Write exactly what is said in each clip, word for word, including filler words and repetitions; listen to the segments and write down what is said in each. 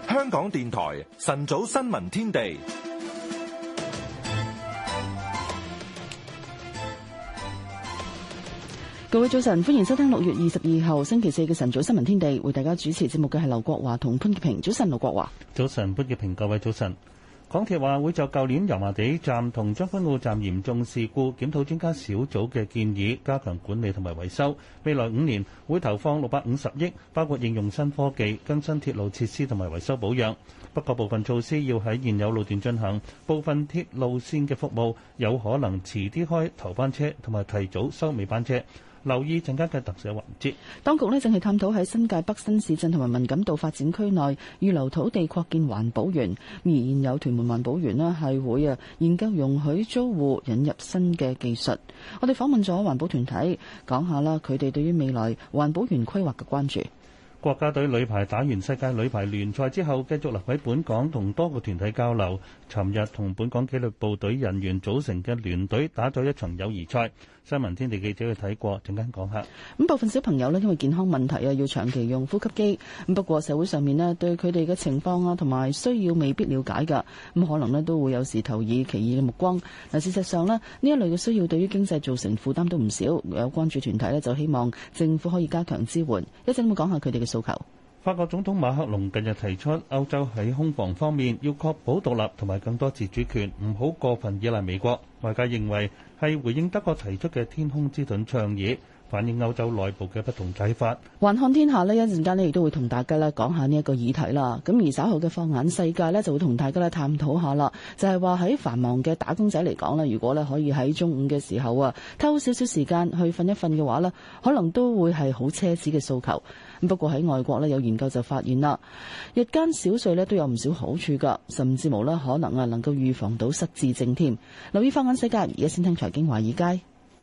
香港電台晨早新聞天地。 各位早晨，歡迎收聽六月二十二號星期四嘅晨早新聞天地，為大家主持節目嘅係劉國華同潘潔平。早晨，劉國華。 早晨，潘潔平。各位早晨。港鐵話會就舊年油麻地站同將軍澳站嚴重事故檢討專家小組嘅建議，加強管理同埋維修。未來五年會投放六百五十億，包括應用新科技、更新鐵路設施同埋維修保養。不過部分措施要喺現有路段進行，部分鐵路線嘅服務有可能遲啲開頭班車，同埋提早收尾班車。留意陣間嘅特寫環節。 當局呢正係探討喺新界北新市鎮同埋文錦渡發展區內預留土地擴建環保園，而現有屯門環保園呢係會啊研究容許租戶引入新嘅技術。我哋訪問咗環保團體，講下啦，佢哋對於未來環保園規劃嘅關注。 國家隊女排打完世界女排聯賽之後，繼續留喺本港同多個團體交流。尋日同本港紀律部隊人員組成嘅聯隊打咗一場友誼賽。新聞天地記者去睇過，陣間講下。 咁部分小朋友呢，因為健康問題啊，要長期用呼吸機。咁不過社會上面呢，對佢哋嘅情況啊同埋需要未必了解㗎。咁可能呢，都會有時投以歧異嘅目光。嗱，事實上呢，呢一類嘅需要對於經濟造成負擔都唔少。有關注團體呢，就希望政府可以加強支援。一陣會講下佢哋嘅訴求。 法國總統馬克龍近日提出，歐洲喺空防方面要確保獨立同埋更多自主權，唔好過分依賴美國。外界認為係回應德國提出嘅天空之盾倡議，反映歐洲內部嘅不同睇法。 環看天下呢，一陣間呢亦都會同大家咧講下呢一個議題啦。咁而稍後嘅放眼世界呢，就會同大家咧探討下啦。就係話喺繁忙嘅打工仔嚟講咧，如果咧可以喺中午嘅時候啊，偷少少時間去瞓一瞓嘅話呢，可能都會係好奢侈嘅訴求。不過喺外國呢，有研究就發現啦，日間小睡呢都有唔少好處㗎，甚至無呢可能啊能夠預防到失智症添。留意放眼世界，而家先聽財經華爾街。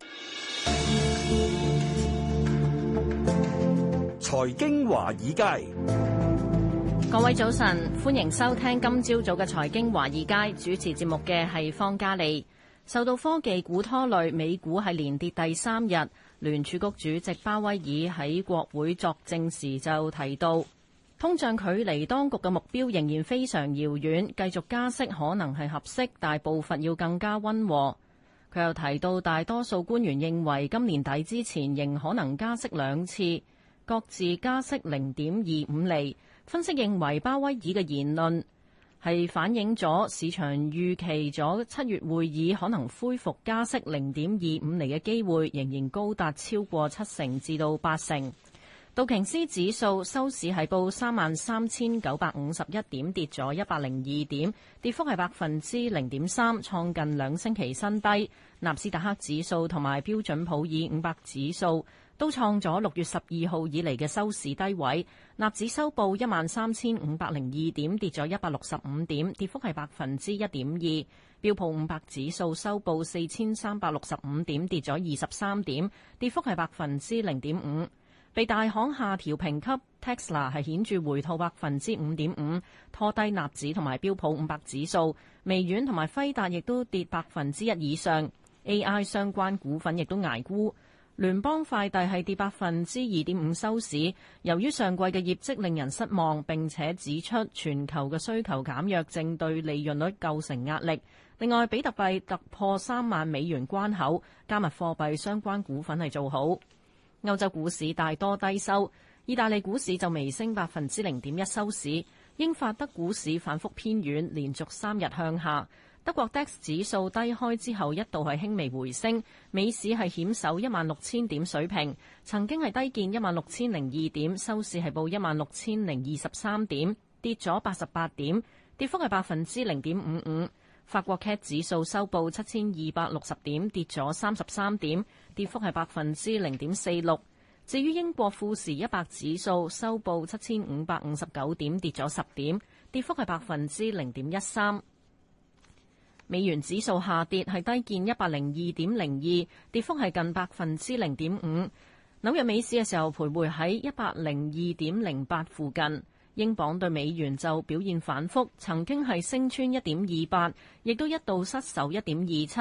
財經華爾街， 各位早晨，歡迎收聽今朝早嘅財經華爾街。主持節目嘅係方嘉利。受到科技股拖累，美股係連跌第三日。聯儲局主席鮑威爾喺國會作證時就提到，通脹距離當局嘅目標仍然非常遙遠，繼續加息可能係合適，但步伐要更加溫和。佢又提到，大多數官員認為今年底之前仍可能加息兩次，各自加息零點二五厘。分析認為鮑威爾嘅言論係反映咗市場預期咗七月會議可能恢復加息零點二五厘嘅機會仍然高達超過七成至到八成。道瓊斯指數收市係報三萬三千九百五十一點，跌咗一百零二點，跌幅係百分之零點三，創近兩星期新低。納斯達克指數同埋標準普爾五百指數都創咗六月十二號以嚟嘅收市低位。納指收報一萬三千五百零二點，跌咗一百六十五點，跌幅係百分之一點二。標普五百指數收報四千三百六十五點，跌咗二十三點，跌幅係百分之零點五。被大行下調評級 Tesla 係顯著回吐百分之五點五，拖低納指同埋標普五百指數。微軟同埋輝達亦都跌百分之一以上。A I 相關股份亦都捱沽。聯邦快遞係跌百分之二點五收市，由於上季嘅業績令人失望，並且指出全球嘅需求減弱正對利潤率構成壓力。另外，比特幣突破三萬美元關口，加密貨幣相關股份係做好。歐洲股市大多低收，意大利股市就微升百分之零點一收市。英法德股市反覆偏軟，連續三日向下。德國 D A X 指數低開之後一度係輕微回升，美市係險守一萬六千點水平，曾經係低見一萬六千零二點，收市係報一萬六千零二十三點，跌咗八十八點，跌幅係百分之零點五五。法國 C A C 指數收報七千二百六十點，跌咗三十三點，跌幅係百分之零點四六。至於英國富時一百指數收報七千五百五十九點，跌咗十點，跌幅係百分之零點一三。美元指數下跌，係低見一百零二點零二，跌幅係近百分之零點五。紐約美市嘅時候徘徊喺一百零二點零八附近。英鎊對美元就表現反覆，曾經係升穿一點二八，亦都一度失守一點二七，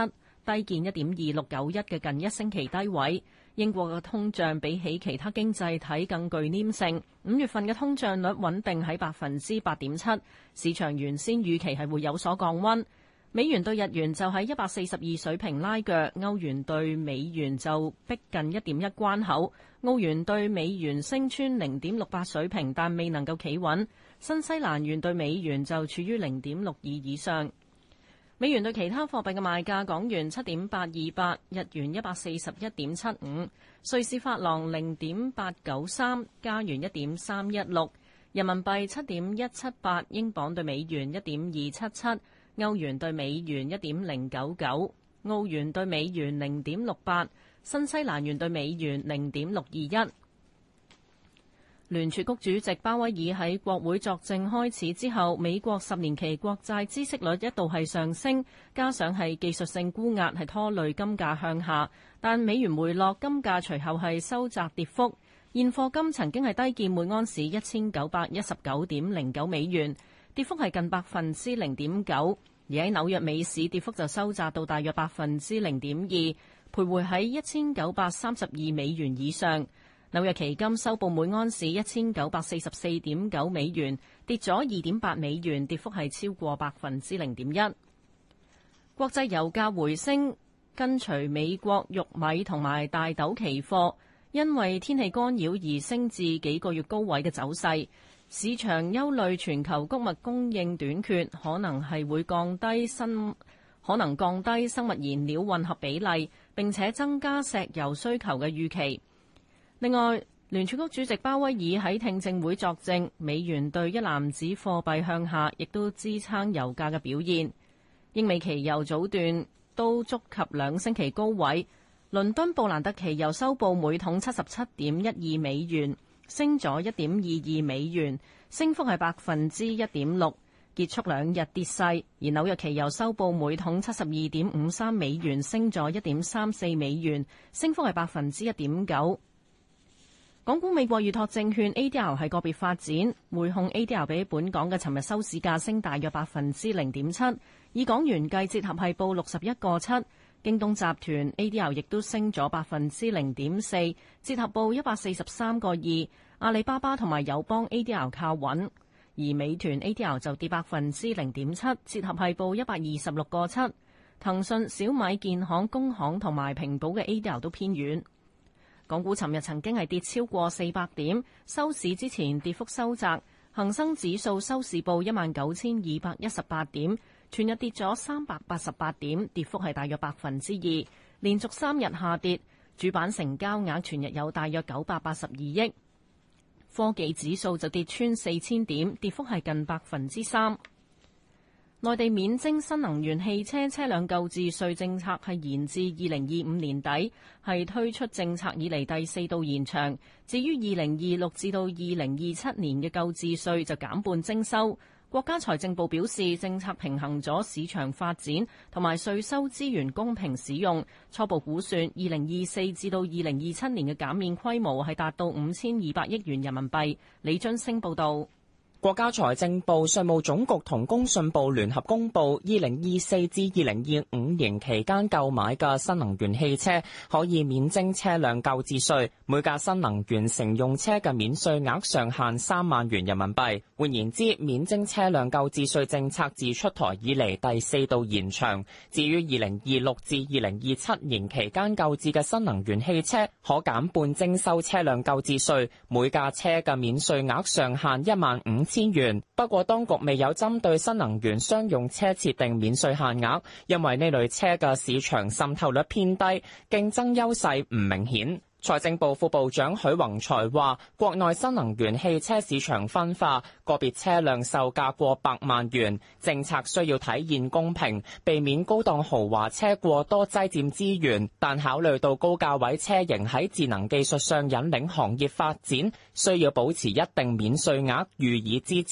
低見一點二六九一嘅近一星期低位。英國嘅通脹比起其他經濟體更具黏性，五月份嘅通脹率穩定喺百分之八點七，市場原先預期係會有所降溫。美元對日元就喺一百四十二水平拉鋸，歐元對美元就逼近一點一關口，澳元對美元升穿零點六八水平，但未能夠企穩。新西蘭元對美元就處於零點六二以上。美元對其他貨幣嘅賣價：港元七點八二八，日元一百四十一點七五，瑞士法郎零點八九三，加元一點三一六，人民幣七點一七八，英鎊對美元一點二七七，歐元對美元一點零九九，澳元對美元零點六八，新西蘭元對美元零點六二一。聯儲局主席鮑威爾喺國會作證開始之後，美國十年期國債孳息率一度係上升，加上係技術性沽壓係拖累金價向下，但美元回落，金價隨後係收窄跌幅。現貨金曾經係低見每安士一千九百一十九點零九美元，跌幅係近百分之零點九，而喺紐約美市跌幅就收窄到大約百分之零點二，徘徊喺一千九百三十二美元以上。紐約期金收報每安士一千九百四十四點九美元，跌咗二點八美元，跌幅係超過百分之零點一。國際油價回升，跟隨美國玉米同埋大豆期貨，因為天氣干擾而升至幾個月高位嘅走勢。市場憂慮全球穀物供應短缺，可能係會降低生可能降低生物燃料混合比例，並且增加石油需求嘅預期。另外，聯儲局主席鮑威爾喺聽證會作證，美元對一籃子貨幣向下，亦都支撐油價嘅表現。英美期油早段都觸及兩星期高位，倫敦布蘭特期油收報每桶七十七點一二美元，升咗一點二二美元，升幅係百分之一點六，結束兩日跌勢。而紐約期油收報每桶七十二點五三美元，升咗一點三四美元，升幅係百分之一點九。港股美國預託證券 A D R 係個別發展，匯控 A D R 比本港嘅尋日收市價升大約百分之零點七，以港元計折合係報六十一個七。京東集團 A D R 亦都升咗百分之零點四，折合報一百四十三個二。阿里巴巴同埋友邦 A D R 靠穩，而美團 A D R 就跌百分之零點七，折合係報一百二十六個七。騰訊、小米、建行、工行同埋平保嘅 A D R 都偏軟。港股尋日曾經係跌超過四百點，收市之前跌幅收窄，恒生指數收市報一萬九千二百一十八點，全日跌咗三百八十八點，跌幅係大約百分之二，連續三日下跌。主板成交額全日有大約九百八十二億。科技指數就跌穿四千點，跌幅係近百分之三。內地免徵新能源汽車車輛購置稅政策係延至二零二五年底，係推出政策以嚟第四度延長。至於二零二六至到二零二七年嘅購置稅就減半徵收。國家財政部表示，政策平衡咗市場發展同埋稅收資源公平使用。初步估算，二零二四至到二零二七年嘅減免規模係達到五千二百億元人民幣。李津升報導。 國家財政部、稅務總局同工信部聯合公布，二零二四至二零二五年期間購買嘅新能源汽車可以免徵車輛購置稅，每架新能源乘用車嘅免稅額上限三萬元人民幣。換言之，免徵車輛購置稅政策自出台以嚟第四度延長。至於二零二六至二零二七年期間購置嘅新能源汽車，可減半徵收車輛購置稅，每架車嘅免稅額上限一萬五千元。不過當局未有針對新能源商用車設定免稅限額，因為呢類車嘅市場滲透率偏低，競爭優勢唔明顯。財政部副部長許宏才話，國內新能源汽車市場分化，個別車輛售價過百萬元，政策需要體現公平，避免高檔豪華車過多擠佔資源。但考慮到高價位車型喺智能技術上引領行業發展，需要保持一定免稅額予以支持。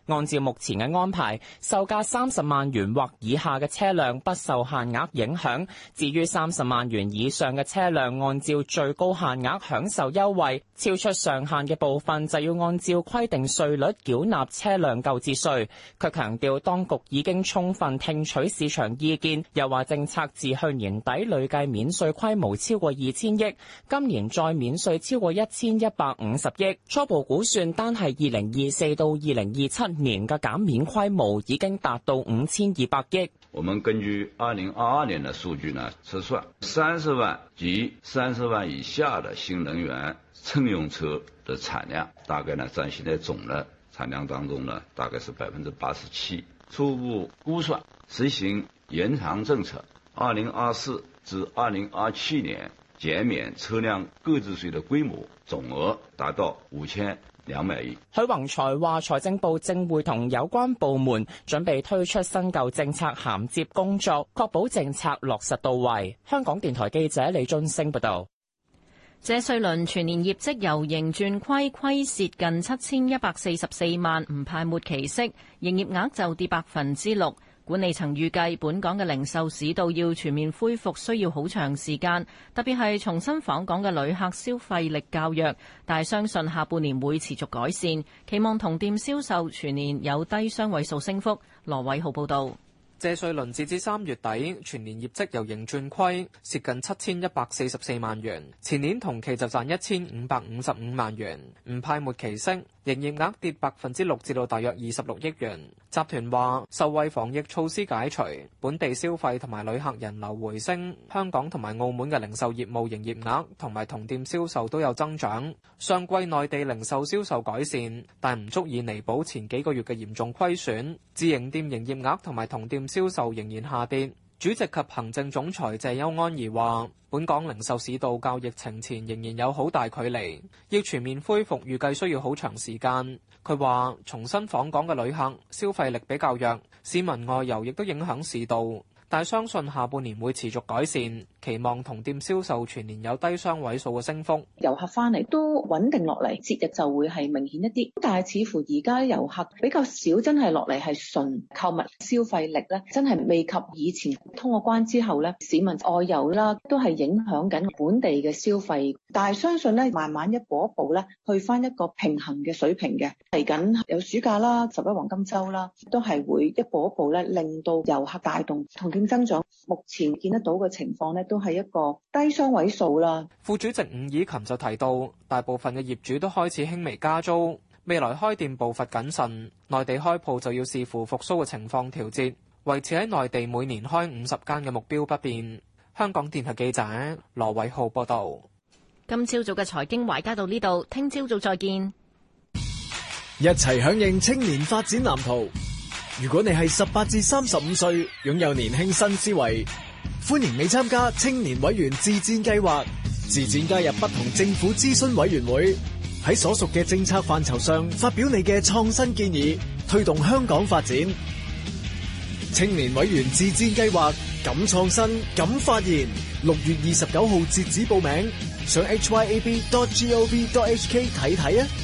按照目前嘅安排，售價三十萬元或以下嘅車輛不受限額影響，至於三十萬元以上嘅車輛，按照最高限額享受優惠，超出上限嘅部分就要按照規定稅率繳納車輛購置稅。佢強調當局已經充分聽取市場意見，又話政策自去年底累計免稅規模超過二千億，今年再免稅超過一千一百五十億，初步估算單係二零二四到二零二七年嘅減免規模已經達到五千二百億。 我們根據二零二二年的數據呢，測算三十萬及三十萬以下的新能源乘用車的產量，大概呢佔現在總的產量當中呢，大概是百分之八十七。初步估算，實行延長政策，二零二四至二零二七年減免車輛購置稅的規模總額達到五千兩百億。 許宏才話，財政部正會同有關部門準備推出新舊政策銜接工作，確保政策落實到位。香港電台記者李津升報道。 謝瑞麟全年業績由盈轉虧，虧蝕近七千一百四十四萬，唔派末期息，營業額就跌百分之六。管理層預計本港嘅零售市道要全面恢復需要好長時間，特別係重新訪港嘅旅客消費力較弱，但係相信下半年會持續改善，期望同店銷售全年有低雙位數升幅。羅偉浩報導。 謝瑞麟截至三月底，全年業績由盈轉虧，蝕近七千一百四十四萬元。前年同期就賺一千五百五十五萬元，唔派末期息，營業額跌百分之六，至到大約二十六億元。集團話受惠防疫措施解除，本地消費同埋旅客人流回升，香港同埋澳門嘅零售業務營業額同埋同店銷售都有增長。上季內地零售銷售改善，但唔足以彌補前幾個月嘅嚴重虧損。自營店營業額同埋同店銷售仍然下跌。主席及行政總裁謝邱安儀話，本港零售市道較疫情前仍然有好大距離，要全面恢復預計需要好長時間。佢話重新訪港嘅旅客消費力比較弱，市民外遊亦都影響市道，但相信下半年會持續改善，期望同店銷售全年有低雙位數嘅升幅。 遊客翻嚟都穩定落嚟，節日就會係明顯一啲，但係似乎而家遊客比較少，真係落嚟係純購物消費力咧，真係未及以前。通過關之後咧，市民外遊啦都係影響緊本地嘅消費，但係相信咧慢慢一步一步咧去翻一個平衡嘅水平嘅。嚟緊有暑假啦、十一黃金週啦，都係會一步一步咧令到遊客帶動同店增長。目前見得到嘅情況咧都係一個低雙位數啦。 副主席伍以琴就提到，大部分嘅業主都開始輕微加租，未來開店步伐謹慎，內地開鋪就要視乎復甦嘅情況調節，維持喺內地每年開五十間嘅目標不變。香港電台記者羅偉浩報道。 今朝早嘅財經華爾街到呢度，聽朝早再見。 一齊響應青年發展藍圖。如果你係十八至三十五歲，擁有年輕新思維，歡迎你參加青年委員自薦計劃，自薦加入不同政府諮詢委員會，喺所屬嘅政策範疇上發表你嘅創新建議，推動香港發展。青年委員自薦計劃，敢創新，敢發言。六月二十九號截止報名，上 h y a b dot gov dot h k 睇睇啊！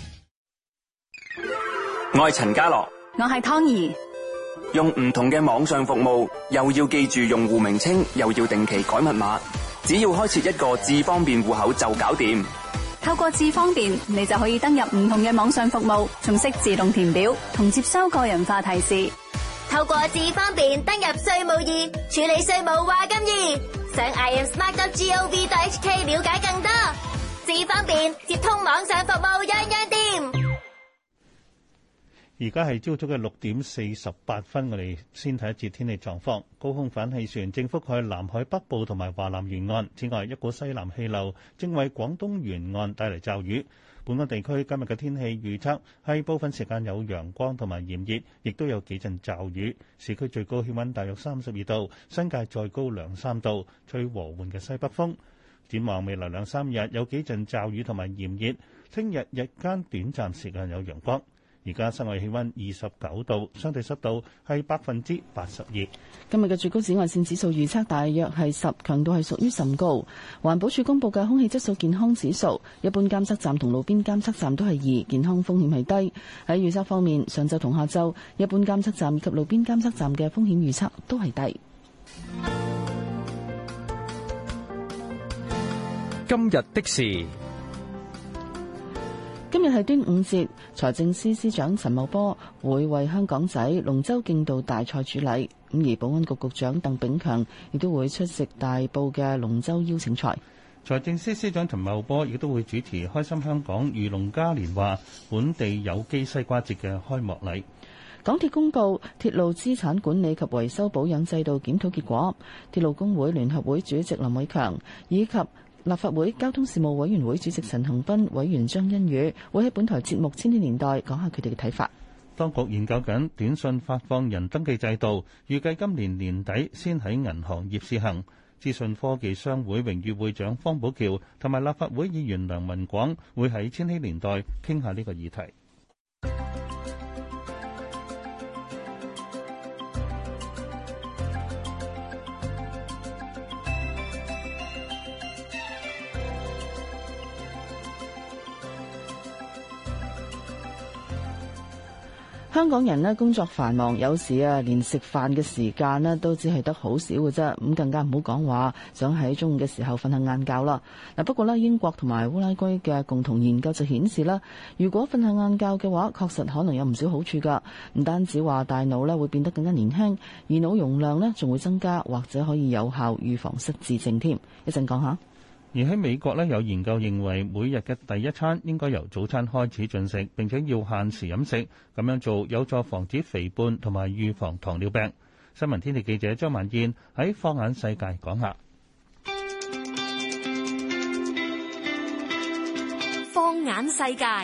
我係陳家樂。 我係湯兒。 用唔同嘅網上服務，又要記住用戶名稱，又要定期改密碼，只要開設一個智方便戶口就搞掂。 透過智方便，你就可以登入唔同嘅網上服務，仲識自動填表同接收個人化提示。 透過智方便登入稅務易，處理稅務話咁易。上 i am smart dot gov dot h k 了解更多。智方便接通網上服務，樣樣掂。 而家係朝早嘅六點四十八分，我哋先睇一節天氣狀況。高空反氣旋正覆蓋南海北部同埋華南沿岸，此外一股西南氣流正為廣東沿岸帶嚟驟雨。本港地區今日嘅天氣預測係部分時間有陽光同埋炎熱，亦都有幾陣驟雨。市區最高氣溫大約三十二度，新界再高兩三度，吹和緩嘅西北風。展望未來兩三日有幾陣驟雨同埋炎熱，聽日日間短暫時間有陽光。 而家室外氣溫二十九度，相對濕度係百分之八十二。 今日嘅最高紫外線指數預測大約係十，強度係屬於甚高。環保署公布嘅空氣質素健康指數，一般監測站同路邊監測站都係二，健康風險係低。喺預測方面，上晝同下晝，一般監測站及路邊監測站嘅風險預測都係低。 今日的事。 今日係端午節，財政司司長陳茂波會為香港仔龍舟競渡大賽主禮，咁而保安局局長鄧炳強亦都會出席大埔嘅龍舟邀請賽。 財政司司長陳茂波亦都會主持開心香港漁農嘉年華本地有機西瓜節嘅開幕禮。 港鐵公布鐵路資產管理及維修保養制度檢討結果，鐵路工會聯合會主席林偉強以及立法會交通事務委員會主席陳恒鑌、委員張欣宇會喺本台節目《千禧年代》講下佢哋嘅睇法。 當局研究緊短信發放人登記制度，預計今年年底先喺銀行業試行。資訊科技商會榮譽會長方寶橋同埋立法會議員梁文廣會喺《千禧年代》傾下呢個議題。 香港人咧工作繁忙，有時啊連食飯嘅時間咧都只係得好少嘅啫，咁更加唔好講話想喺中午嘅時候瞓下晏覺啦。嗱，不過咧英國同埋烏拉圭嘅共同研究就顯示啦，如果瞓下晏覺嘅話，確實可能有唔少好處噶，唔單止話大腦咧會變得更加年輕，而腦容量咧仲會增加，或者可以有效預防失智症添。一陣講下。 而喺美國咧，有研究認為每日嘅第一餐應該由早餐開始進食，並且要限時飲食，咁樣做有助防止肥胖同埋預防糖尿病。新聞天地記者張萬燕喺放眼世界講下。 放眼世界。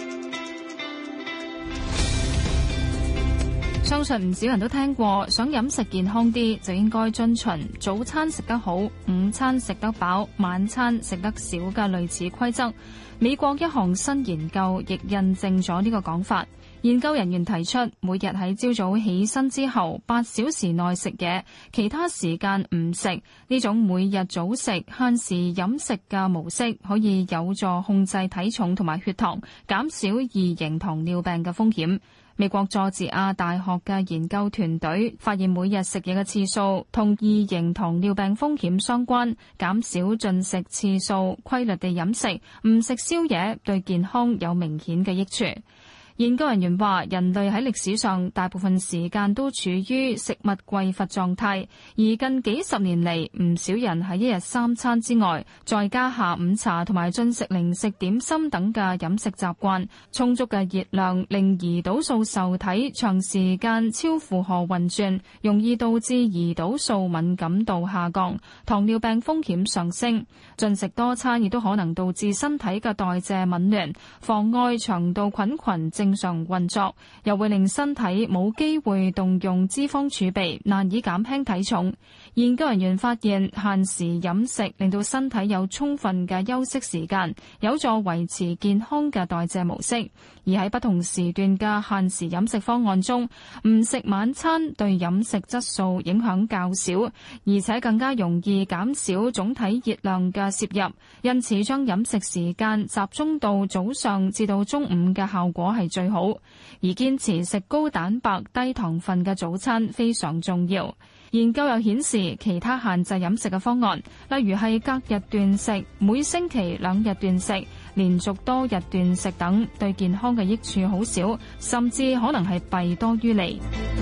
相信唔少人都聽過，想飲食健康啲就應該遵循早餐食得好、午餐食得飽、晚餐食得少嘅類似規則。美國一項新研究亦印證咗呢個講法。研究人員提出，每日喺朝早起身之後八小時內食嘢，其他時間唔食，呢種每日早食限時飲食嘅模式，可以有助控制體重同埋血糖，減少二型糖尿病嘅風險。美國佐治亞大學嘅研究團隊發現，每日食嘢嘅次數同二型糖尿病風險相關，減少進食次數，規律地飲食，唔食宵夜，對健康有明顯嘅益處。研究人員話，人類喺歷史上大部分時間都處於食物匱乏狀態，而近幾十年嚟，唔少人喺一日三餐之外，再加下午茶同埋進食零食點心等嘅飲食習慣，充足嘅熱量令胰島素受體長時間超負荷運轉，容易導致胰島素敏感度下降，糖尿病風險上升。進食多餐亦都可能導致身體嘅代謝紊亂，妨礙腸道菌群正常運作，又會令身體冇機會動用脂肪儲備，難以減輕體重。研究人員發現，限時飲食令到身體有充分嘅休息時間，有助維持健康嘅代謝模式。而喺不同時段嘅限時飲食方案中，唔食晚餐對飲食質素影響較少，而且更加容易減少總體熱量嘅攝入。因此，將飲食時間集中到早上至到中午嘅效果係最好。而堅持食高蛋白、低糖分嘅早餐非常重要。研究又顯示，其他限制飲食嘅方案，例如係隔日斷食、每星期兩日斷食、連續多日斷食等，對健康嘅益處好少，甚至可能係弊多於利。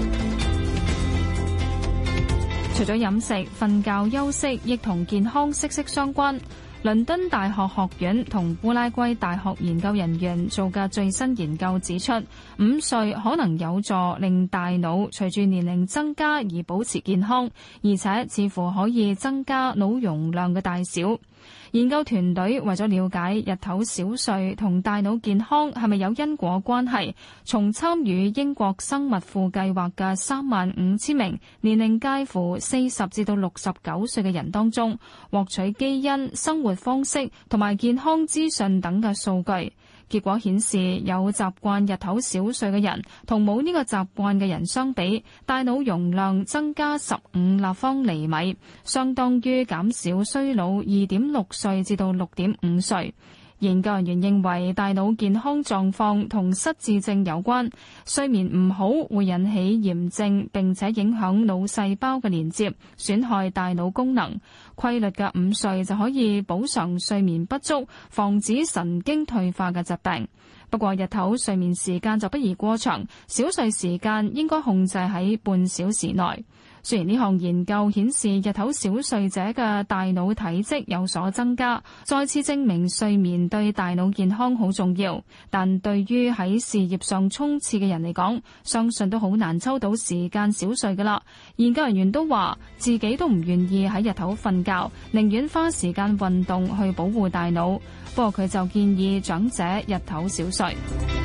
除咗飲食，瞓覺休息亦同健康息息相關。倫敦大學學院同烏拉圭大學研究人員做嘅最新研究指出，午睡可能有助令大腦隨住年齡增加而保持健康，而且似乎可以增加腦容量嘅大小。研究團隊為咗了解日頭小睡同大腦健康係咪有因果關係，從參與英國生物庫計劃嘅三萬五千名年齡介乎四十至到六十九歲嘅人當中，獲取基因、生活方式同埋健康資訊等嘅數據。 結果顯示有習慣日頭小睡嘅人同冇呢個習慣嘅人相比，大腦容量增加十五立方厘米，相當於減少衰老二點六歲至到六點五歲。研究人員認為大腦健康狀況同失智症有關，睡眠唔好會引起炎症，並且影響腦細胞嘅連接，損害大腦功能。規律嘅午睡就可以補償睡眠不足，防止神經退化嘅疾病。不過日頭睡眠時間就不宜過長，小睡時間應該控制喺半小時內。雖然呢項研究顯示日頭小睡者嘅大腦體積有所增加，再次證明睡眠對大腦健康好重要，但對於喺事業上衝刺嘅人嚟講，相信都好難抽到時間小睡㗎喇。研究人員都話自己都唔願意喺日頭瞓覺，寧願花時間運動去保護大腦。不過佢就建議長者日頭小睡。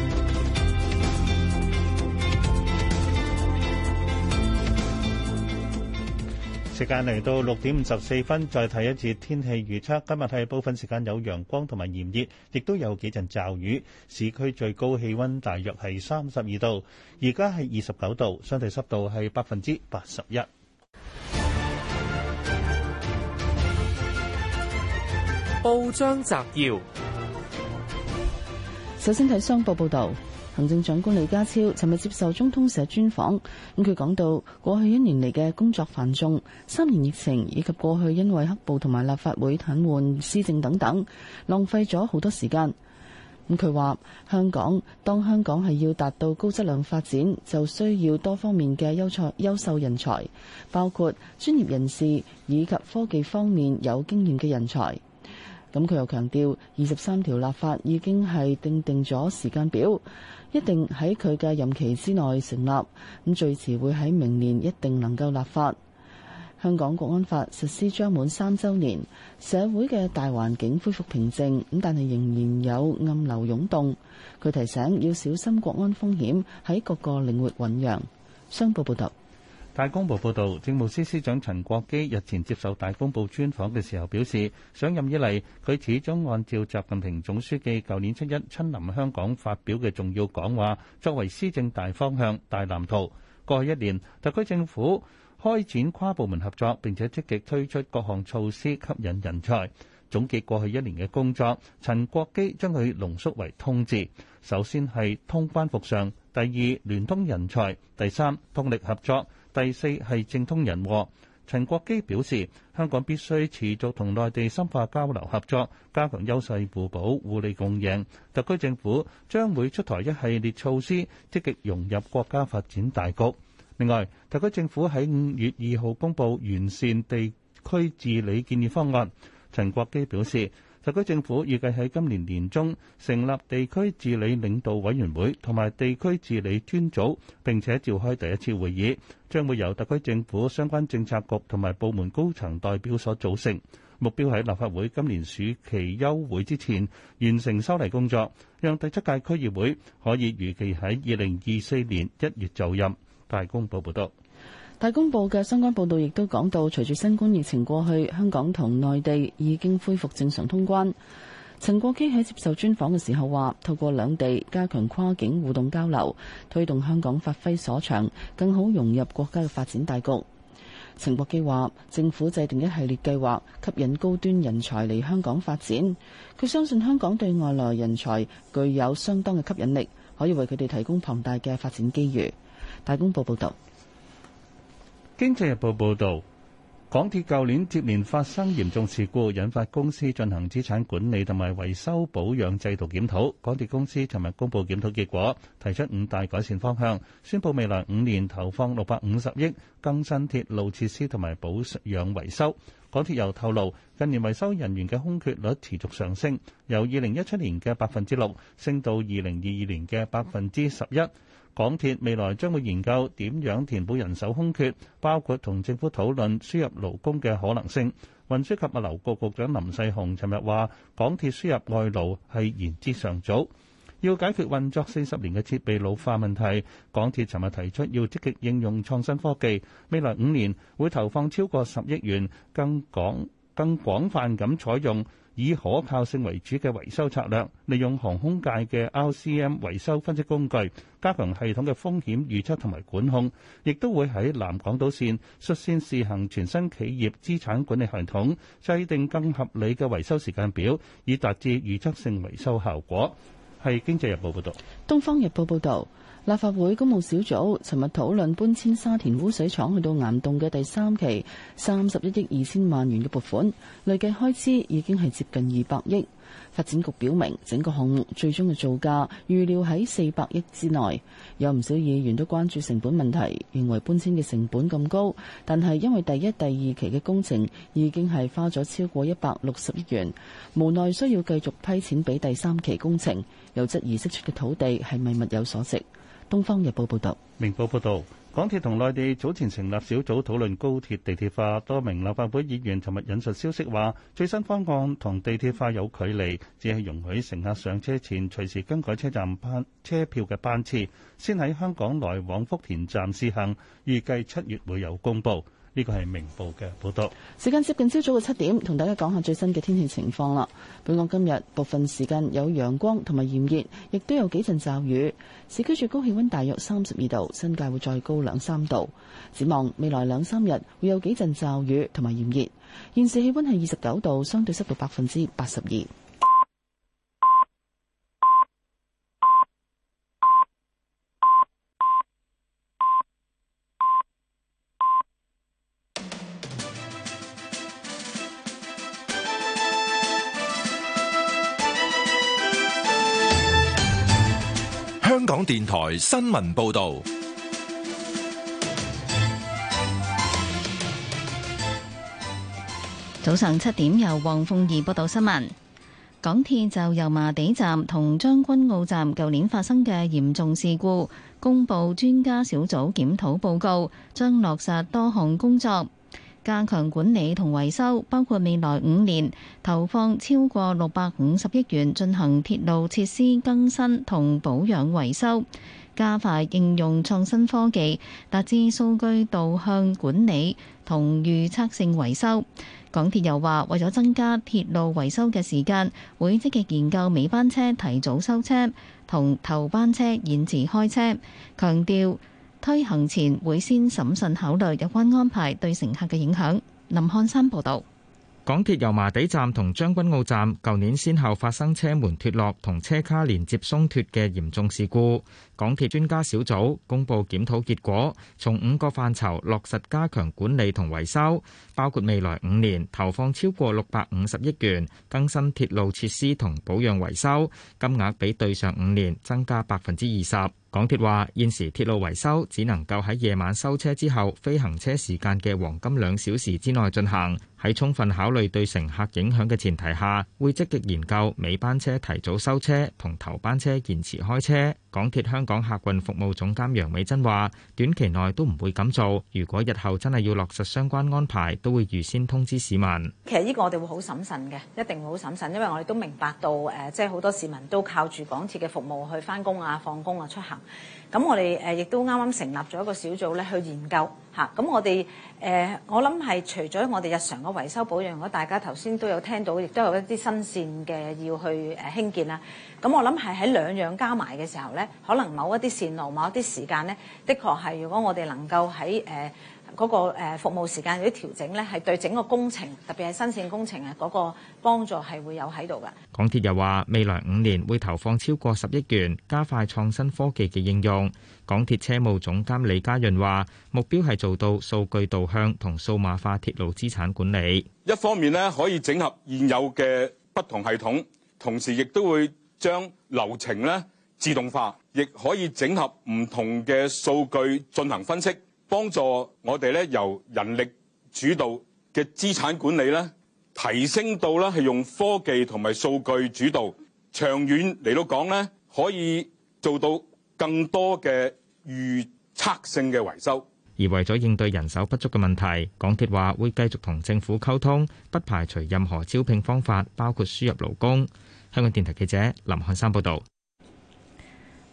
時間嚟到六點五十四分，再睇一次天氣預測。今日係部分時間有陽光同埋炎熱，亦都有幾陣驟雨。市區最高氣溫大約係三十二度，而家係二十九度，相對濕度係百分之八十一。 報章摘要， 首先睇商報報導。行政長官李家超尋日接受中通社專訪，咁佢講到過去一年嚟嘅工作繁重，三年疫情以及過去因為黑暴同埋立法會癱瘓施政等等，浪費咗好多時間。咁佢話香港當香港係要達到高質量發展，就需要多方面嘅優才優秀人才，包括專業人士以及科技方面有經驗嘅人才。咁佢又強調，二十三條立法已經係訂定咗時間表，一定喺佢嘅任期之內成立，咁最遲會喺明年一定能夠立法。香港國安法實施將滿三週年，社會嘅大環境恢復平靜，咁但係仍然有暗流湧動。佢提醒要小心國安風險喺各個領域醖釀。商報報道。 大公報報導，政務司司長陳國基日前接受大公報專訪嘅時候表示，上任以嚟佢始終按照習近平總書記舊年七一親臨香港發表嘅重要講話，作為施政大方向、大藍圖。過去一年，特區政府開展跨部門合作，並且積極推出各項措施吸引人才。總結過去一年嘅工作，陳國基將佢濃縮為通字。首先係通關復常，第二聯通人才，第三通力合作，第四係政通人和。陳國基表示，香港必須持續同內地深化交流合作，加強優勢互補、互利共贏。特區政府將會出台一系列措施，積極融入國家發展大局。另外，特區政府喺五月二號公布完善地區治理建議方案。陳國基表示，特區政府預計喺今年年中成立地區治理領導委員會同埋地區治理專組，並且召開第一次會議，將會由特區政府相關政策局同埋部門高層代表所組成。目標喺立法會今年暑期休會之前完成修例工作，讓第七屆區議會可以如期喺二零二四年一月就任。大公報報道。 大公報嘅相關報導亦都講到，隨住新冠疫情過去，香港同內地已經恢復正常通關。陳國基喺接受專訪嘅時候話，透過兩地加強跨境互動交流，推動香港發揮所長，更好融入國家嘅發展大局。陳國基話，政府制定一系列計劃，吸引高端人才嚟香港發展。佢相信香港對外來人才具有相當嘅吸引力，可以為佢哋提供龐大嘅發展機遇。大公報報導。 經濟日報報導，港鐵舊年接連發生嚴重事故，引發公司進行資產管理同埋維修保養制度檢討。港鐵公司尋日公佈檢討結果，提出五大改善方向，宣布未來五年投放六百五十億更新鐵路設施同埋保養維修。港鐵又透露，近年維修人員嘅空缺率持續上升，由二零一七年嘅百分之六升到二零二二年嘅百分之十一。港鐵未來將會研究點樣填補人手空缺，包括同政府討論輸入勞工嘅可能性。運輸及物流局局長林世雄尋日話，港鐵輸入外勞係言之尚早，要解決運作四十年嘅設備老化問題。港鐵尋日提出要積極應用創新科技，未來五年會投放超過十億元，更廣更廣泛咁採用以可靠性為主嘅維修策略，利用航空界嘅 R C M 維修分析工具，加強系統嘅風險預測同埋管控，亦都會喺南港島線率先試行全新企業資產管理系統，制定更合理嘅維修時間表，以達至預測性維修效果。係《經濟日報》報導。《 東方日報》報導，立法會公務小組尋日討論搬遷沙田污水廠去到岩洞嘅第三期三十一億二千萬元嘅撥款，累計開支已經係接近二百億。發展局表明，整個項目最終嘅造價預料喺四百億之內。有唔少議員都關注成本問題，認為搬遷嘅成本咁高，但係因為第一、第二期嘅工程已經係花咗超過一百六十億元，無奈需要繼續批錢俾第三期工程，又質疑釋出嘅土地係咪物有所值。《東方日報》報道。 《明報》報道。港鐵同內地早前成立小組討論高鐵地鐵化，多名立法會議員尋日引述消息話，最新方案同地鐵化有距離，只係容許乘客上車前隨時更改車站班車票嘅班次，先喺香港來往福田站試行，預計七月會有公佈。呢個係明報嘅報道。 時間接近朝早嘅七點，同大家講下最新嘅天氣情況啦。本港今日部分時間有陽光同埋炎熱，亦都有幾陣驟雨。市區最高氣溫大約三十二度，新界會再高兩三度。展望未來兩三日會有幾陣驟雨同埋炎熱。現時氣溫係二十九度，相對濕度百分之八十二。 香港電台新聞報道。 早上七點，由黃鳳儀報道新聞。港鐵就油麻地站同將軍澳站舊年發生嘅嚴重事故，公布專家小組檢討報告，將落實多項工作，加強管理同維修，包括未來五年投放超過六百五十億元進行鐵路設施更新同保養維修，加快應用創新科技，達至數據導向管理同預測性維修。港鐵又話，為咗增加鐵路維修嘅時間，會積極研究尾班車提早收車同頭班車延遲開車，強調推行前會先審慎考慮有關安排對乘客嘅影響。林漢山報導。 港鐵油麻地站同將軍澳站舊年先後發生車門脫落同車卡連接鬆脫嘅嚴重事故。港鐵專家小組公布檢討結果，從五個範疇落實加強管理同維修，包括未來五年投放超過六百五十億元更新鐵路設施同保養維修，金額比對上五年增加百分之二十。港鐵話，現時鐵路維修只能夠喺夜晚收車之後非行車時間嘅黃金兩小時之內進行。喺充分考慮對乘客影響嘅前提下，會積極研究尾班車提早收車同頭班車延遲開車。港鐵香港客運服務總監楊美珍話，短期內都唔會咁做，如果日後真係要落實相關安排，都會預先通知市民。 其實呢個我哋會好審慎嘅，一定會好審慎，因為我哋都明白到誒，即係好多市民都靠住港鐵嘅服務去返工啊、放工啊、出行。咁我哋誒亦都啱啱成立咗一個小組咧去研究嚇。咁我哋誒我諗係除咗我哋日常嘅維修保養，如果大家頭先都有聽到，亦都有一啲新線嘅要去誒興建啦。咁我諗係喺兩樣加埋嘅時候咧，可能某一啲線路、某一啲時間咧，的確係如果我哋能夠喺誒嗰個誒服務時間有啲調整咧，係對整個工程，特別係新線工程啊嗰個幫助係會有喺度嘅。 港鐵又話，未來五年會投放超過十億元，加快創新科技嘅應用。港鐵車務總監李家潤話，目標係做到數據導向同數碼化鐵路資產管理。 一方面咧，可以整合現有嘅不同系統，同時亦都會將流程咧自動化，亦可以整合唔同嘅數據進行分析，幫助我哋咧由人力主導嘅資產管理咧，提升到咧係用科技同埋數據主導。長遠嚟到講咧，可以做到更多嘅預測性嘅維修。 而為咗應對人手不足嘅問題，港鐵話會繼續同政府溝通，不排除任何招聘方法，包括輸入勞工。香港電台記者林漢山報導。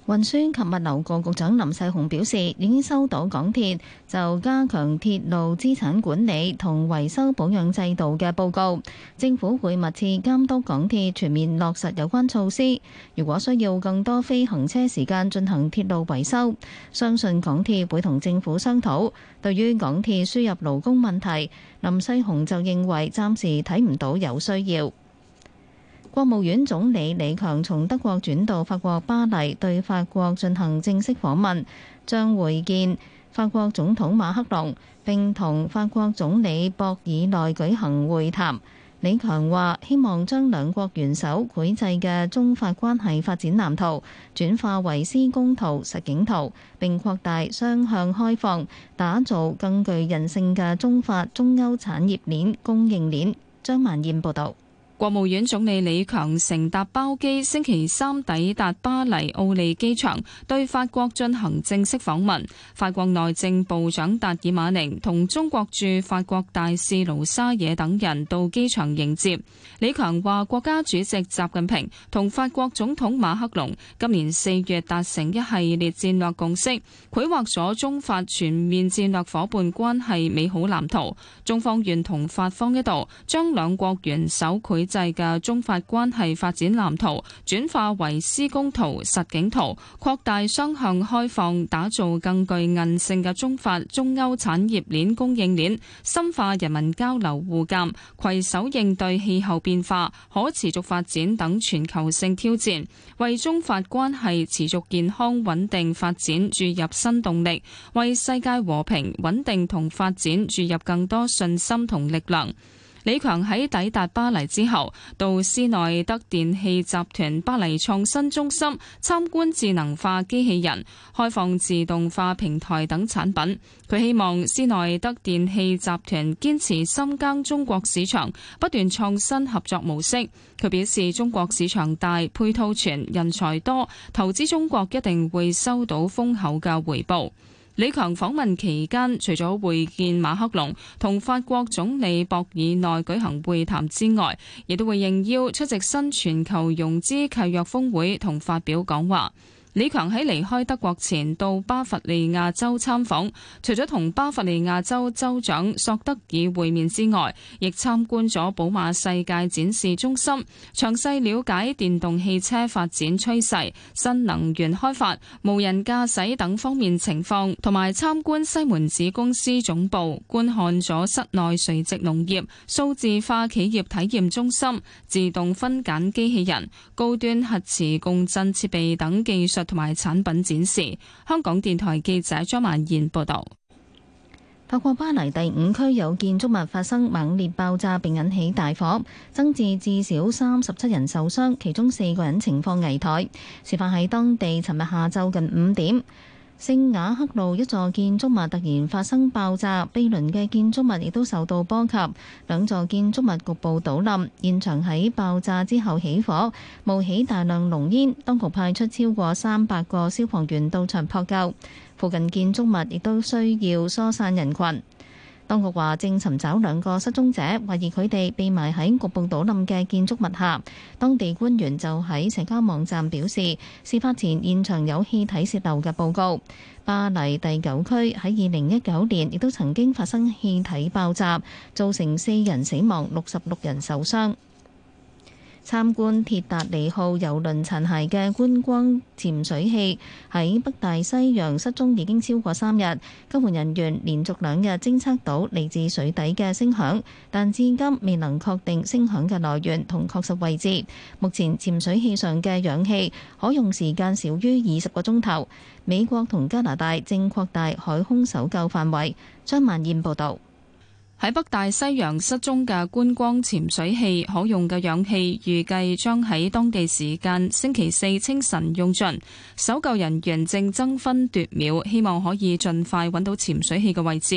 運輸及物流局局長林世雄表示，已經收到港鐵就加強鐵路資產管理同維修保養制度嘅報告，政府會密切監督港鐵全面落實有關措施。如果需要更多非行車時間進行鐵路維修，相信港鐵會同政府商討。對於港鐵輸入勞工問題，林世雄就認為暫時睇唔到有需要。國務院總理李強從德國轉到法國巴黎，對法國進行正式訪問，將會見法國總統馬克龍，並同法國總理博爾內舉行會談。李強話：希望將兩國元首繪製嘅中法關係發展藍圖轉化為施工圖、實景圖，並擴大雙向開放，打造更具韌性嘅中法中歐產業鏈供應鏈。張萬燕報導。 國務院總理李強乘搭包機星期三抵達巴黎奧利機場，對法國進行正式訪問。法國內政部長達爾馬寧同中國駐法國大使盧沙野等人到機場迎接。李強話：國家主席習近平同法國總統馬克龍今年四月達成一系列戰略共識，繪畫咗中法全面戰略夥伴關係美好藍圖。中方願同法方一道，將兩國元首繪制嘅中法關係發展藍圖轉化為施工圖、實景圖，擴大雙向開放，打造更具韌性嘅中法中歐產業鏈供應鏈，深化人民交流互鑒，攜手應對氣候變化、可持續發展等全球性挑戰，為中法關係持續健康穩定發展注入新動力，為世界和平穩定同發展注入更多信心同力量。李強喺抵達巴黎之後，到施耐德電氣集團巴黎創新中心參觀智能化機器人、開放自動化平台等產品。佢希望施耐德電氣集團堅持深耕中國市場，不斷創新合作模式。佢表示，中國市場大、配套全、人才多，投資中國一定會收到豐厚嘅回報。李強訪問期間，除咗會見馬克龍同法國總理博爾內舉行會談之外，亦都會應邀出席新全球融資契約峰會同發表講話。李強喺離開德國前到巴伐利亞州參訪，除咗同巴伐利亞州州長索德爾會面之外，亦參觀咗寶馬世界展示中心，詳細了解電動汽車發展趨勢、新能源開發、無人駕駛等方面情況，同埋參觀西門子公司總部，觀看咗室內垂直農業、數字化企業體驗中心、自動分揀機器人、高端核磁共振設備等技術同埋產品展示。香港電台記者張曼燕報道。 法國巴黎第五區有建築物發生猛烈爆炸，並引起大火，增至至少三十七人受傷，其中四個人情況危殆。事發喺當地尋日下晝近五點。聖雅克路一座建築物突然發生爆炸，毗鄰嘅建築物亦都受到波及，兩座建築物局部倒冧。現場喺爆炸之後起火，冒起大量濃煙，當局派出超過三百個消防員到場撲救。附近建築物亦都需要疏散人群。當局話正尋找兩個失蹤者，懷疑佢哋被埋喺局部倒冧嘅建築物下。當地官員就喺社交網站表示，事發前現場有氣體洩漏嘅報告。巴黎第九區喺二零一九年亦都曾經發生氣體爆炸，造成四人死亡、六十六人受傷。參觀鐵達尼號郵輪殘骸嘅觀光潛水器喺北大西洋失蹤已經超過三日，救援人員連續兩日偵測到嚟自水底嘅聲響，但至今未能確定聲響嘅來源同確實位置。目前潛水器上嘅氧氣可用時間少於二十個鐘頭。美國同加拿大正擴大海空搜救範圍。張曼燕報導。 喺北大西洋失蹤嘅觀光潛水器可用嘅氧氣預計將喺當地時間星期四清晨用盡，搜救人員正爭分奪秒，希望可以盡快揾到潛水器嘅位置。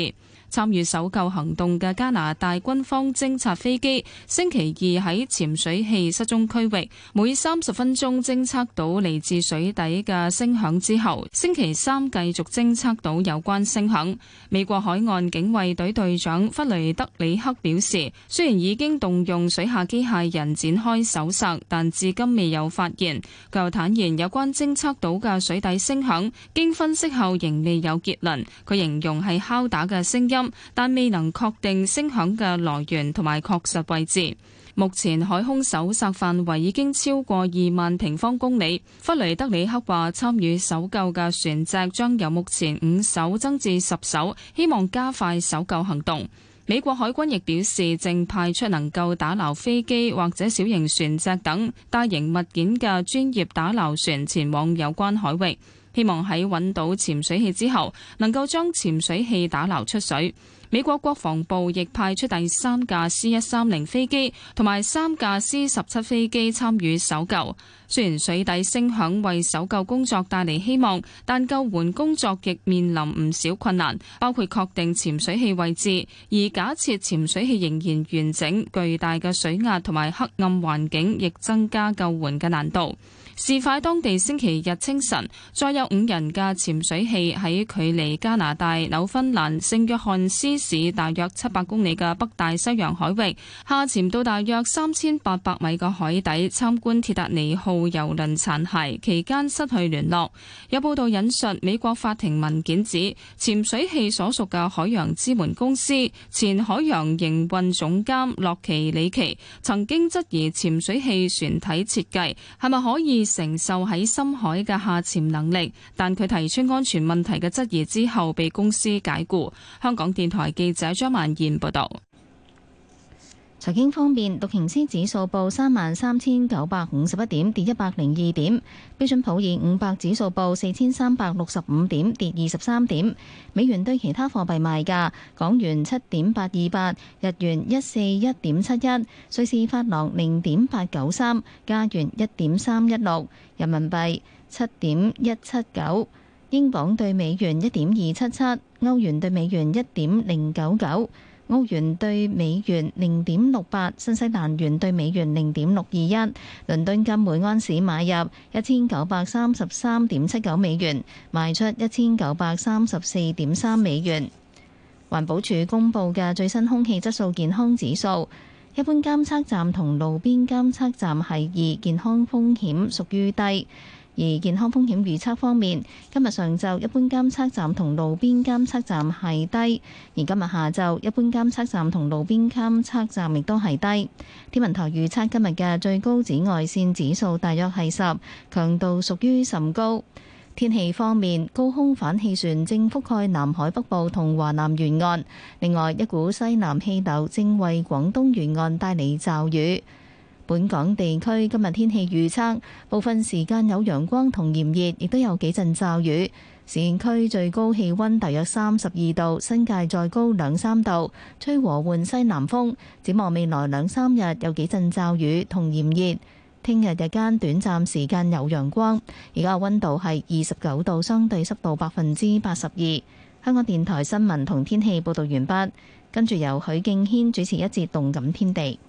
參與搜救行動嘅加拿大軍方偵察飛機星期二喺潛水器失蹤區域每三十分鐘偵測到嚟自水底嘅聲響之後，星期三繼續偵測到有關聲響。美國海岸警衛隊隊長弗雷德里克表示，雖然已經動用水下機械人展開搜索，但至今未有發現。佢又坦言，有關偵測到嘅水底聲響，經分析後仍未有結論。佢形容係敲打嘅聲音，但未能確定聲響嘅來源同埋確實位置。目前海空搜索範圍已經超過二萬平方公里。弗雷德里克話，參與搜救嘅船隻將由目前五艘增至十艘，希望加快搜救行動。美國海軍亦表示，正派出能夠打撈飛機或者小型船隻等大型物件嘅專業打撈船前往有關海域，希望喺揾到潛水器之後，能夠將潛水器打撈出水。美國國防部亦派出第三架 C 一三零飛機同埋三架 C 十七飛機參與搜救。雖然水底聲響為搜救工作帶嚟希望，但救援工作亦面臨唔少困難，包括確定潛水器位置，而假設潛水器仍然完整，巨大嘅水壓同埋黑暗環境亦增加救援嘅難度。事發當地星期日清晨，再有五人嘅潛水器喺距離加拿大紐芬蘭聖約翰斯市大約七百公里嘅北大西洋海域下潛到大約三千八百米嘅海底參觀鐵達尼號郵輪殘骸，期間失去聯絡。有報道引述美國法庭文件指，潛水器所屬嘅海洋之門公司前海洋營運總監洛奇里奇曾經質疑潛水器船體設計係咪可以承受喺深海嘅下潛能力，但佢提出安全問題嘅質疑之後被公司解僱。香港電台記者張曼燕報道。 財經方面，道瓊斯指數報三萬三千九百五十一點，跌一百零二點；標準普爾五百指數報四千三百六十五點，跌二十三點。美元對其他貨幣賣價：港元七點八二八，日元一四一點七一，瑞士法郎零點八九三，加元一點三一六，人民幣七點一七九，英鎊對美元一點二七七，歐元對美元一點零九九。澳元對美元零點六八，新西蘭元對美元零點六二一，倫敦金每安士買入一千九百三十三點七九美元，賣出一千九百三十四點三美元。環保署公布嘅最新空氣質素健康指數，一般監測站同路邊監測站係二，健康風險屬於低。而健康風險預測方面，今日上晝一般監測站同路邊監測站係低，而今日下晝一般監測站同路邊監測站亦都係低。天文台預測今日嘅最高紫外線指數大約係十，強度屬於甚高。天氣方面，高空反氣旋正覆蓋南海北部同華南沿岸，另外一股西南氣流正為廣東沿岸帶嚟驟雨。本港地區今日天氣預測，部分時間有陽光同炎熱，亦都有幾陣驟雨。市區最高氣溫大約三十二度，新界再高兩三度，吹和緩西南風。展望未來兩三日有幾陣驟雨同炎熱。聽日日間短暫時間有陽光。而家溫度係二十九度，相對濕度百分之八十二。香港電台新聞同天氣報導完畢，跟住由許敬軒主持一節動感天地。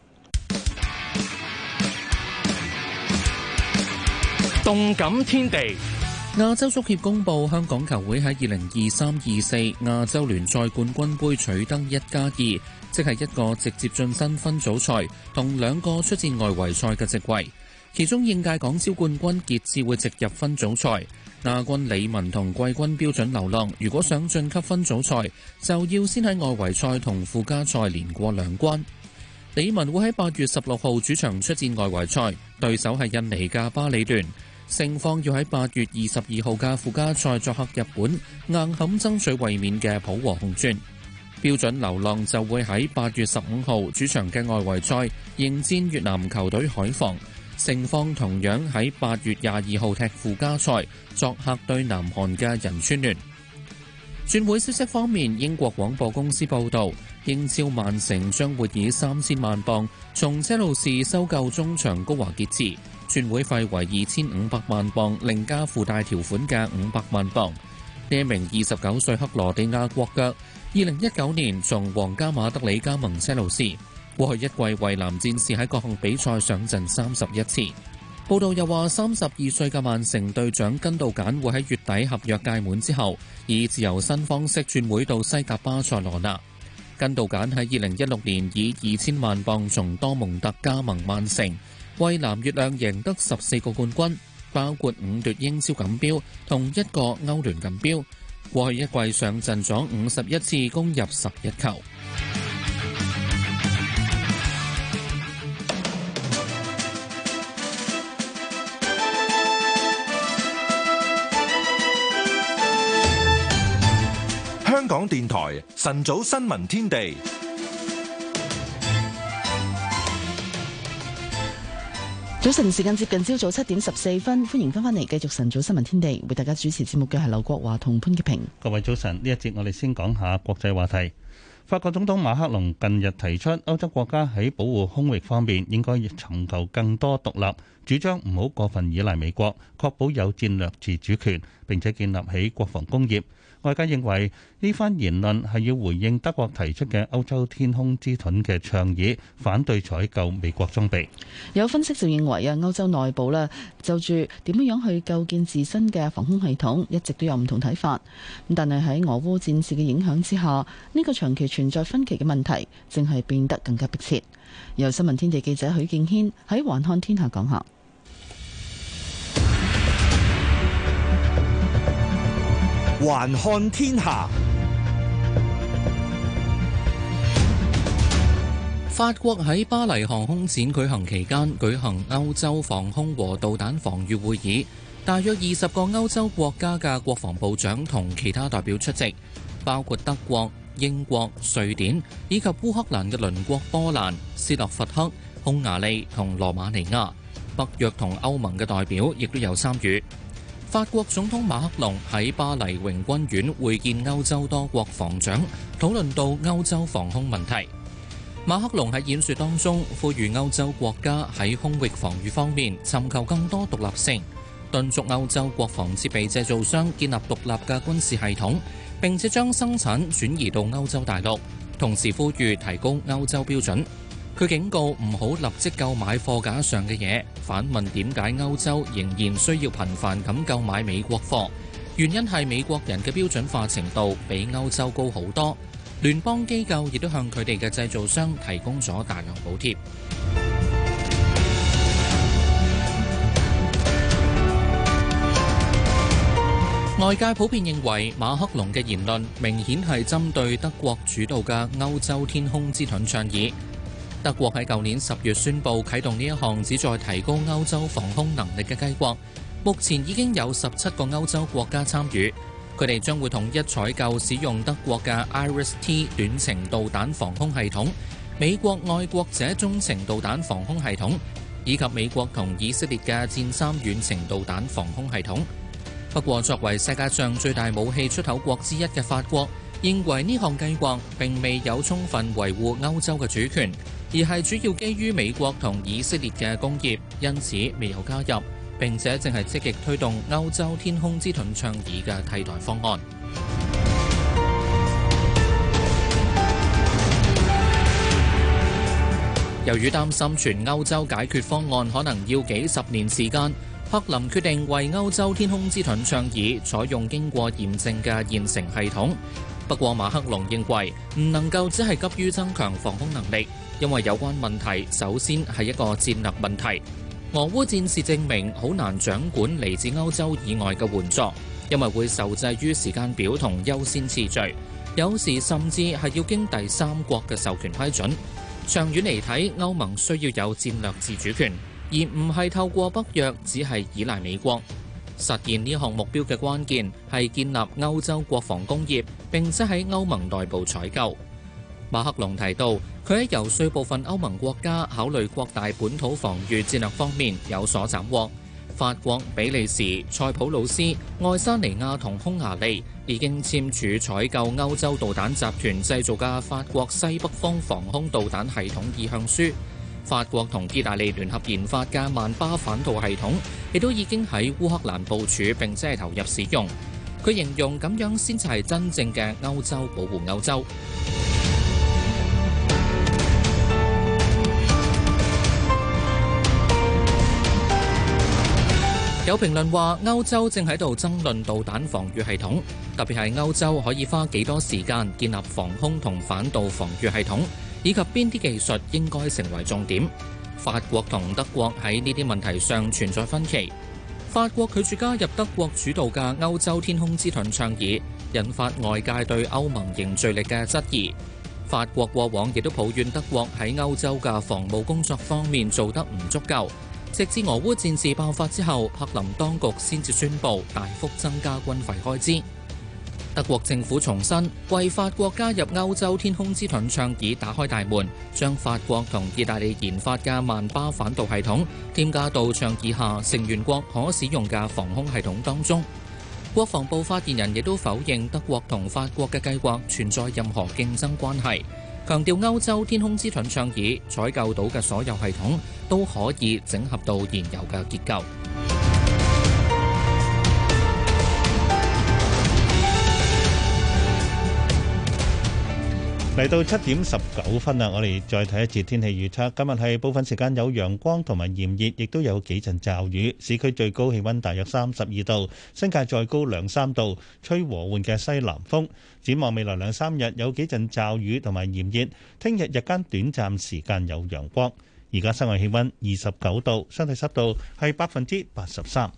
動感天地，亞洲足協公佈香港球會喺二零二三二四亞洲聯賽冠軍盃取得一加二，即係一個直接晉身分組賽同兩個出戰外圍賽嘅席位。其中應屆港超冠軍傑志會直入分組賽，亞軍理文同季軍標準流浪如果想晉級分組賽，就要先喺外圍賽同附加賽連過兩關。理文會喺八月十六號主場出戰外圍賽，對手係印尼嘅巴里聯。勝方要喺八月二十二號嘅附加賽作客日本，硬撼爭取衛冕嘅浦和紅鑽。標準流浪就會喺八月十五號主場嘅外圍賽迎戰越南球隊海防。勝方同樣喺八月廿二號踢附加賽，作客對南韓嘅仁川聯。轉會消息方面，英國廣播公司報導，英超曼城將會以三千萬鎊從車路士收購中場高華傑治。轉會費為二千五百萬鎊，另加附帶條款嘅五百萬鎊。 呢一名二十九歲克羅地亞國腳，二零一九年從皇家馬德里加盟車路士，過去一季為藍戰士喺各項比賽上陣三十一次。報道又話，三十二歲嘅曼城隊長根道簡會喺月底合約屆滿之後，以自由身方式轉會到西甲巴塞羅那。根道簡喺二零一六年以二千萬鎊從多蒙特加盟曼城，為藍月亮贏得十四個冠軍，包括五奪英超錦標同一個歐聯錦標。過去一季上陣咗五十一次，攻入十一球。 香港電台晨早新聞天地， 早晨時間接近朝早七點十四分，歡迎翻返嚟繼續晨早新聞天地，為大家主持節目嘅係劉國華同潘潔平。 各位早晨，呢一節我哋先講下國際話題。法國總統馬克龍近日提出，歐洲國家喺保護空域方面應該尋求更多獨立，主張唔好過分依賴美國，確保有戰略自主權，並且建立起國防工業。外界認為呢番言論係要回應德國提出嘅歐洲天空之盾嘅倡議，反對採購美國裝備。 有分析就認為啊，歐洲內部咧就住點樣去構建自身嘅防空系統，一直都有唔同睇法。咁但係喺俄烏戰事嘅影響之下，呢個長期存在分歧嘅問題，正係變得更加迫切。由新聞天地記者許敬軒喺環看天下講下。 環看天下。 法國喺巴黎航空展舉行期間舉行歐洲防空和導彈防禦會議，大約二十個歐洲國家嘅國防部長同其他代表出席，包括德國、英國、瑞典以及烏克蘭嘅鄰國波蘭、斯洛伐克、匈牙利同羅馬尼亞。北約同歐盟嘅代表亦都有參與。法國總統馬克龍喺巴黎榮軍院會見歐洲多國防長，討論到歐洲防空問題。馬克龍喺演說當中呼籲歐洲國家喺空域防禦方面尋求更多獨立性，敦促歐洲國防設備製造商建立獨立嘅軍事系統，並且將生產轉移到歐洲大陸，同時呼籲提高歐洲標準。佢警告唔好立即購買貨架上嘅嘢，反問點解歐洲仍然需要頻繁咁購買美國貨，原因係美國人嘅標準化程度比歐洲高好多，聯邦機構亦都向佢哋嘅製造商提供咗大量補貼。外界普遍認為馬克龍嘅言論明顯係針對德國主導嘅歐洲天空之盾倡議。德國喺舊年十月宣布啟動呢一項旨在提高歐洲防空能力嘅計劃，目前已經有十七個歐洲國家參與，佢哋將會統一採購使用德國嘅 Iris-T 短程導彈防空系統、美國愛國者中程導彈防空系統，以及美國同以色列嘅箭三遠程導彈防空系統。不過，作為世界上最大武器出口國之一嘅法國，認為呢項計劃並未有充分維護歐洲嘅主權，而係主要基於美國同以色列嘅工業，因此未有加入，並且正係積極推動歐洲天空之盾倡議嘅替代方案。由於擔心全歐洲解決方案可能要幾十年時間，柏林決定為歐洲天空之盾倡議採用經過驗證嘅現成系統。不過馬克龍認為唔能夠只係急於增強防空能力，因為有關問題首先係一個戰略問題。俄烏戰事證明好難掌管嚟自歐洲以外嘅援助，因為會受制於時間表同優先次序，有時甚至係要經第三國嘅授權批准。長遠嚟睇，歐盟需要有戰略自主權，而唔係透過北約只係依賴美國。實現呢項目標嘅關鍵係建立歐洲國防工業，並且喺歐盟內部採購。馬克龍提到，佢喺游說部分歐盟國家考慮擴大本土防禦戰略方面有所斬獲。法國、比利時、塞浦路斯、愛沙尼亞同匈牙利已經簽署採購歐洲導彈集團製造嘅法國西北風防空導彈系統意向書。法國同意大利聯合研發嘅萬巴反導系統亦都已經喺烏克蘭部署並且係投入使用。 佢形容咁樣先至係真正嘅歐洲保護歐洲。有評論話，歐洲正喺度爭論導彈防禦系統，特別係歐洲可以花幾多時間建立防空同反導防禦系統，以及邊啲技術應該成為重點。法國同德國喺呢啲問題上存在分歧。法國拒絕加入德國主導嘅歐洲天空之盾倡議，引發外界對歐盟凝聚力嘅質疑。法國過往亦都抱怨德國喺歐洲嘅防務工作方面做得唔足夠。直至俄烏戰事爆發之後，柏林當局先至宣布大幅增加軍費開支。德國政府重申為法國加入歐洲天空之盾倡議打開大門，將法國同意大利研發嘅曼巴反導系統添加到倡議下成員國可使用嘅防空系統當中。國防部發言人亦都否認德國同法國嘅計劃存在任何競爭關係，強調歐洲天空之盾倡議採購到嘅所有系統都可以整合到現有嘅結構。 嚟到七點十九分啦，我哋再睇一次天氣預測。今日係部分時間有陽光同埋炎熱，亦都有幾陣驟雨。市區最高氣溫大約三十二度，新界再高兩三度，吹和緩嘅西南風。展望未來兩三日有幾陣驟雨同埋炎熱，聽日日間短暫時間有陽光。而家室外氣溫二十九度，相對濕度係百分之八十三。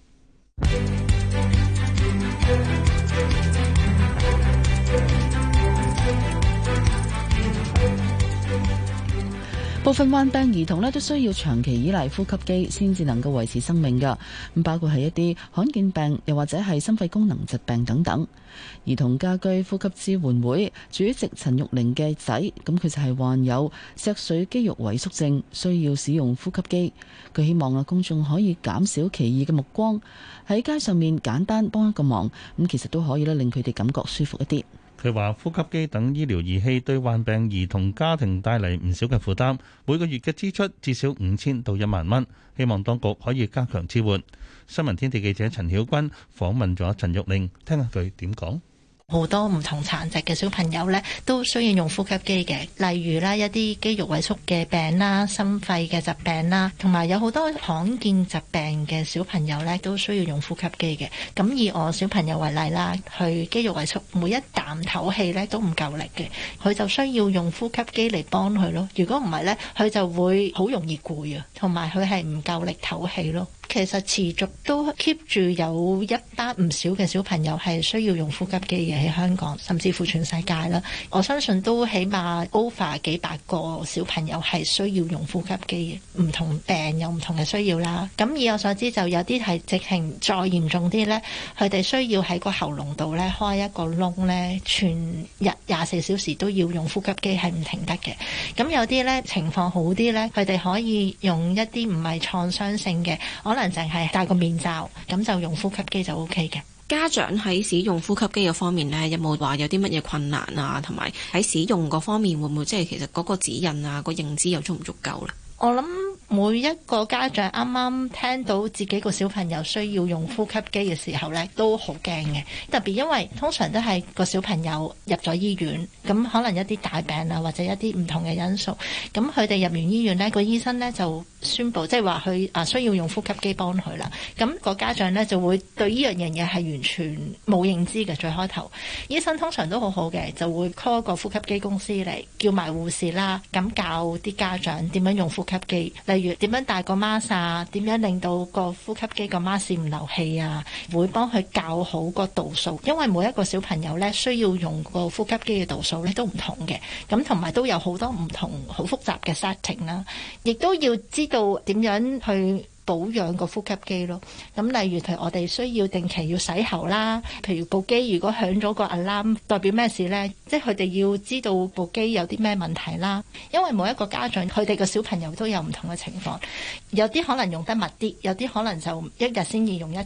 部分患病兒童咧都需要長期依賴呼吸機先至能夠維持生命㗎，咁包括係一啲罕見病，又或者係心肺功能疾病等等。兒童家居呼吸支援會主席陳玉玲嘅仔，咁佢就係患有脊髓肌肉萎縮症，需要使用呼吸機。佢希望啊公眾可以減少奇異嘅目光，喺街上面簡單幫一個忙，咁其實都可以咧令佢哋感覺舒服一啲。 佢話呼吸機等醫療儀器對患病兒童家庭帶嚟唔少嘅負擔，每個月嘅支出至少五千到一萬蚊，希望當局可以加強支援。新聞天地記者陳曉君訪問咗陳玉玲，聽下佢點講。 好多唔同殘疾嘅小朋友呢都需要用呼吸機嘅，例如啦一啲肌肉萎縮嘅病啦、心肺嘅疾病啦，同埋有好多罕見疾病嘅小朋友呢都需要用呼吸機嘅。咁以我小朋友為例啦，佢肌肉萎縮，每一啖唞氣呢都唔夠力嘅，佢就需要用呼吸機嚟幫佢咯。如果唔係呢，佢就會好容易攰啊，同埋佢係唔夠力唞氣咯。其實持續都 keep 住有一班唔少嘅小朋友係需要用呼吸機嘅，喺香港，甚至乎全世界啦。我相信都起碼 over 幾百個小朋友係需要用呼吸機嘅，唔同病有唔同嘅需要啦。咁以我所知，就有啲係直情再嚴重啲呢，佢哋需要喺個喉嚨度呢開一個窿呢，全日廿四小時都要用呼吸機係唔停得嘅。咁有啲呢情況好啲呢，佢哋可以用一啲唔係創傷性嘅，可能淨係戴個面罩，咁就用呼吸機就 O K 嘅。 家長喺使用呼吸機嘅方面呢，有冇話有啲乜嘢困難啊？同埋喺使用嗰方面會唔會即係其實嗰個指引啊、個認知又足唔足夠呢？ 我諗每一個家長啱啱聽到自己個小朋友需要用呼吸機嘅時候呢，都好驚嘅。特別因為通常都係個小朋友入咗醫院，咁可能一啲大病啊，或者一啲唔同嘅因素，咁佢哋入完醫院呢，個醫生呢就宣布，即係話佢啊需要用呼吸機幫佢啦。咁個家長呢就會對呢樣嘢係完全冇認知嘅。最開頭醫生通常都好好嘅，就會 call 個呼吸機公司嚟，叫埋護士啦，咁教啲家長點樣用呼吸機，例如點樣戴個 mask 啊，點樣令到個呼吸機個 mask 唔漏氣啊，會幫佢校好個度數，因為每一個小朋友呢需要用個呼吸機嘅度數呢都唔同嘅，咁同埋都有好多唔同好複雜嘅 setting 啦，亦都要知道點樣去保養個呼吸機咯。咁例如譬如我哋需要定期要洗喉啦，譬如部機如果響咗個 alarm 代表咩事呢？即係佢哋要知道部機有啲咩問題啦。因為每一個家長佢哋個小朋友都有唔同嘅情況，有啲可能用得密啲，有啲可能就一日先至用一次。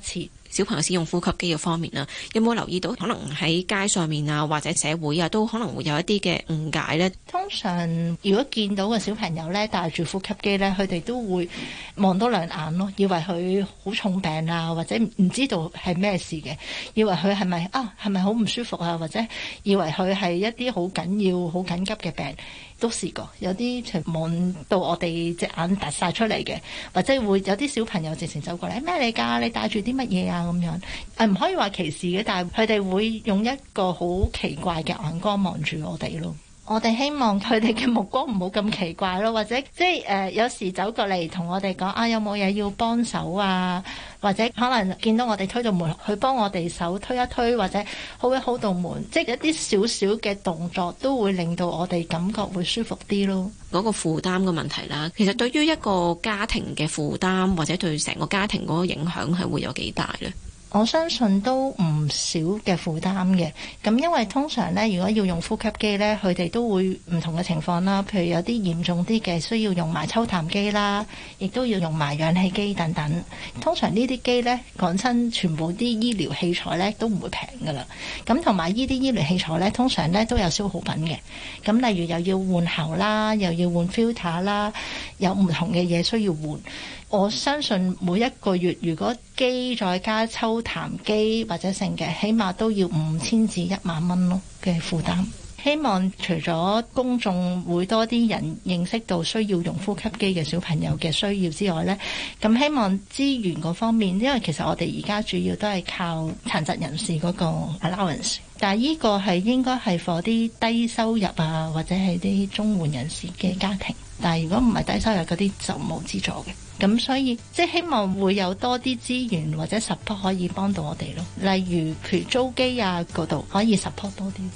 小朋友使用呼吸機嘅方面啦，有冇留意到可能喺街上面啊或者社會啊都可能會有一啲嘅誤解呢？ 通常如果見到個小朋友咧帶住呼吸機咧，佢哋都會望多兩眼咯，以為佢好重病啊，或者唔知道係咩事嘅，以為佢係咪啊係咪好唔舒服啊，或者以為佢係一啲好緊要好緊急嘅病。都試過有啲望到我哋隻眼突晒出嚟嘅，或者會有啲小朋友直情走過嚟，咩嚟㗎？你帶住啲乜嘢啊？咁樣誒唔可以話歧視嘅，但係佢哋會用一個好奇怪嘅眼光望住我哋咯。我哋希望佢哋嘅目光唔好咁奇怪咯，或者即係誒、呃、有時走過嚟同我哋講啊，有冇嘢要幫手啊？或者可能見到我哋推到門，佢幫我哋手推一推，或者 hold 一 hold 道門，即係一啲少少嘅動作都會令到我哋感覺會舒服啲咯。 嗰個負擔嘅問題啦，其實對於一個家庭嘅負擔或者對成個家庭嗰個影響係會有幾大呢？ 我相信都唔少嘅負擔嘅，咁因為通常呢，如果要用呼吸機呢，佢哋都會唔同嘅情況啦。譬如有啲嚴重啲嘅，需要用埋抽痰機啦，亦都要用埋氧氣機等等。通常呢啲機呢，講真，全部啲醫療器材呢都唔會平噶啦。咁同埋呢啲醫療器材呢，通常呢都有消耗品嘅。咁例如又要換喉啦，又要換 filter 啦，有唔同嘅嘢需要換。我相信每一個月如果機再加抽痰機或者成嘅，起碼都要五千至一萬蚊咯嘅負擔。希望除咗公眾會多啲人認識到需要用呼吸機嘅小朋友嘅需要之外呢，咁希望資源嗰方面，因為其實我哋而家主要都係靠殘疾人士嗰個 allowance， 但係呢個係應該係 for 啲低收入啊或者係啲綜援人士嘅家庭，但係如果唔係低收入嗰啲就冇資助嘅。咁所以即係希望會有多啲資源或者 support 可以幫到我哋咯，例如譬如租機啊嗰度可以 support 多啲。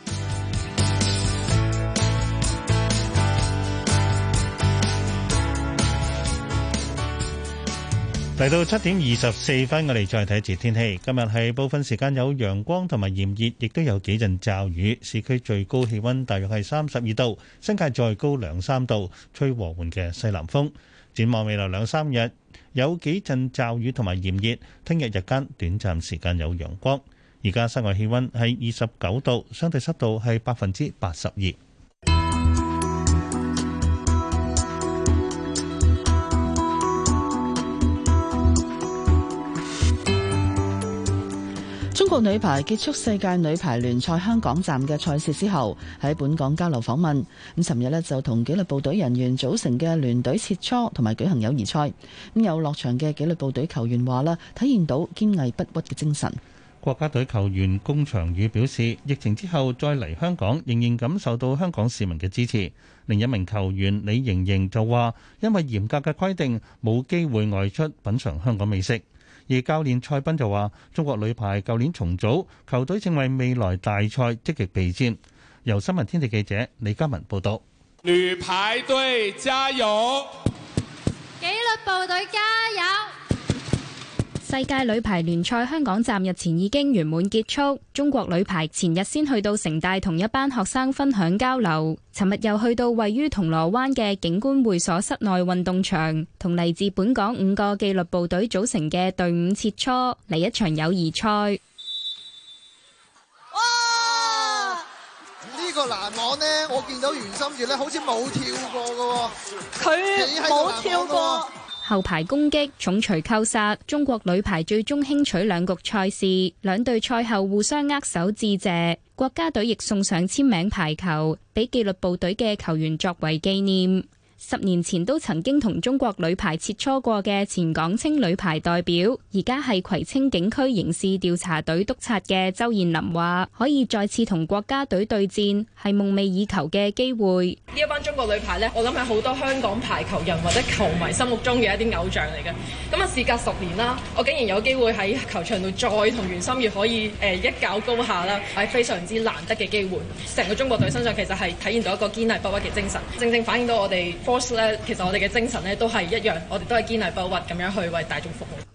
嚟到七點二十四分，我哋再睇一節天氣。今日係部分時間有陽光同埋炎熱，亦都有幾陣驟雨。市區最高氣溫大約係三十二度，新界再高兩三度，吹和緩嘅西南風。展望未來兩三日有幾陣驟雨同埋炎熱，聽日日間短暫時間有陽光。而家室外氣溫係二十九度，相對濕度係百分之八十二。 中國女排結束世界女排聯賽香港站嘅賽事之後，喺本港交流訪問。咁尋日呢就同紀律部隊人員組成嘅聯隊切磋同埋舉行友誼賽。咁有落場嘅紀律部隊球員話啦，體現到堅毅不屈嘅精神。 國家隊球員龔翔宇表示，疫情之後再嚟香港，仍然感受到香港市民嘅支持。另一名球員李盈瑩就話，因為嚴格嘅規定，冇機會外出品嚐香港美食。而教練蔡斌就話，中國女排舊年重組，球隊正為未來大賽積極備戰。由新聞天地記者李嘉文報道。 女排隊加油！ 紀律部隊加油！世界女排聯賽香港站日前已經圓滿結束，中國女排前日先去到城大同一班學生分享交流，尋日又去到位於銅鑼灣嘅景觀會所室內運動場，同嚟自本港五個紀律部隊組成嘅隊伍切磋，嚟一場友誼賽。 哇！呢個欄網呢，我見到袁心玥呢好似冇跳過㗎喎，佢冇跳過。 後排攻擊、重錘扣殺，中國女排最終輕取兩局賽事，兩隊賽後互相握手致謝。國家隊亦送上簽名排球，俾紀律部隊嘅球員作為紀念。十年前都曾經同中國女排切磋過嘅前港青女排代表，而家係葵青警區刑事調查隊督察嘅周燕林話，可以再次同國家隊對戰，係夢寐以求嘅機會。 呢一班中國女排呢，我諗係好多香港排球人或者球迷心目中嘅一啲偶像嚟嘅。咁啊，事隔十年啦，我竟然有機會喺球場度再同袁心玥可以誒一較高下啦，係非常之難得嘅機會。成個中國隊身上其實係體現到一個堅毅不屈嘅精神，正正反映到我哋其實我哋嘅精神咧都係一樣，我哋都係堅毅不屈咁樣去為大眾服務。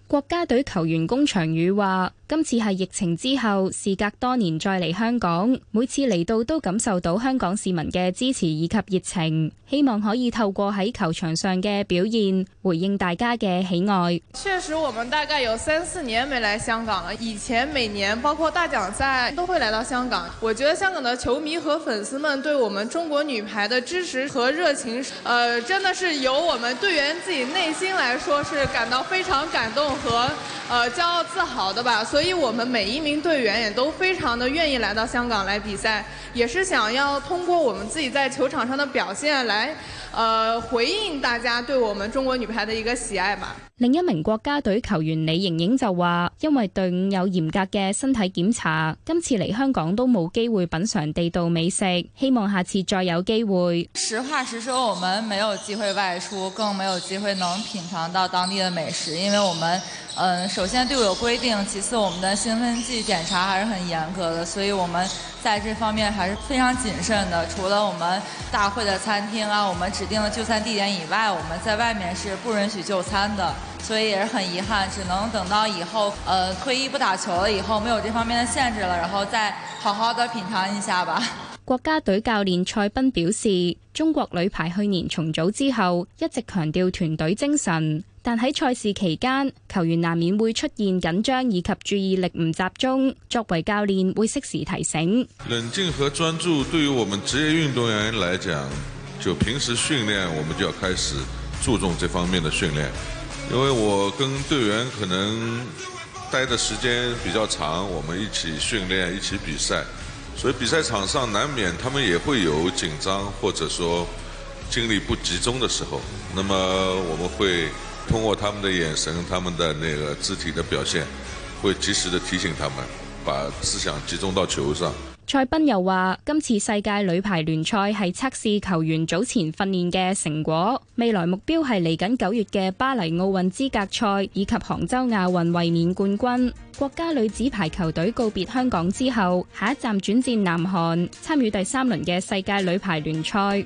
國家隊球員龔翔宇話：今次係疫情之後，事隔多年再嚟香港，每次嚟到都感受到香港市民嘅支持以及熱情，希望可以透過喺球場上嘅表現，回應大家嘅喜愛。 確實，我們大概有三四年沒來香港了。以前每年包括大獎賽都會來到香港。我覺得香港的球迷和粉絲們對我們中國女排的支持和熱情，呃，真的是由我們隊員自己內心來說是感到非常感動和呃驕傲自豪的吧。所以我們每一名隊員也都非常的願意來到香港來比賽，也是想要通過我們自己在球場上的表現來呃回應大家對我們中國女排的一個喜愛吧。 另一名國家隊球員李盈瑩就話，因為隊伍有嚴格嘅身體檢查，今次嚟香港都冇機會品嘗地道美食，希望下次再有機會。 實話實說，我們沒有機會外出，更沒有機會能品嘗到當地的美食，因為我們嗯，首先隊伍有規定，其次我們的興奮劑檢查還是很嚴格的，所以我們在這方面還是非常謹慎的。除了我們大會的餐廳啊，我們指定的就餐地點以外，我們在外面是不允許就餐的，所以也是很遺憾，只能等到以後呃退役不打球了以後，沒有這方面的限制了，然後再好好的品嘗一下吧。 國家隊教練蔡斌表示，中國女排去年重組之後一直強調團隊精神，但喺賽事期間，球員難免會出現緊張以及注意力唔集中。作為教練，會適時提醒。 冷靜和專注對於我們職業運動員來講，就平時訓練我們就要開始注重這方面的訓練。因為我跟隊員可能待的時間比較長，我們一起訓練，一起比賽。所以比賽場上難免他們也會有緊張，或者說精力不集中的時候。那麼我們會通過他們的眼神、他們的那個肢體的表現，會及時的提醒他們，把思想集中到球上。 蔡斌又話：今次世界女排聯賽係測試球員早前訓練嘅成果，未來目標係嚟緊九月嘅巴黎奧運資格賽以及杭州亞運衛冕冠軍。國家女子排球隊告別香港之後，下一站轉戰南韓，參與第三輪嘅世界女排聯賽。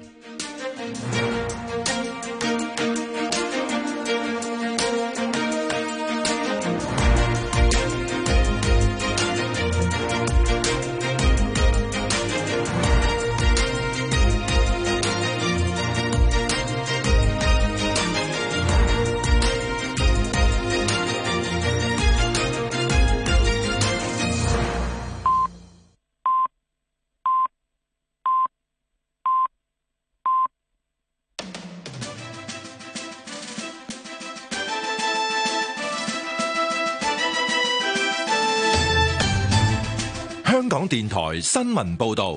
香港電台新聞報道，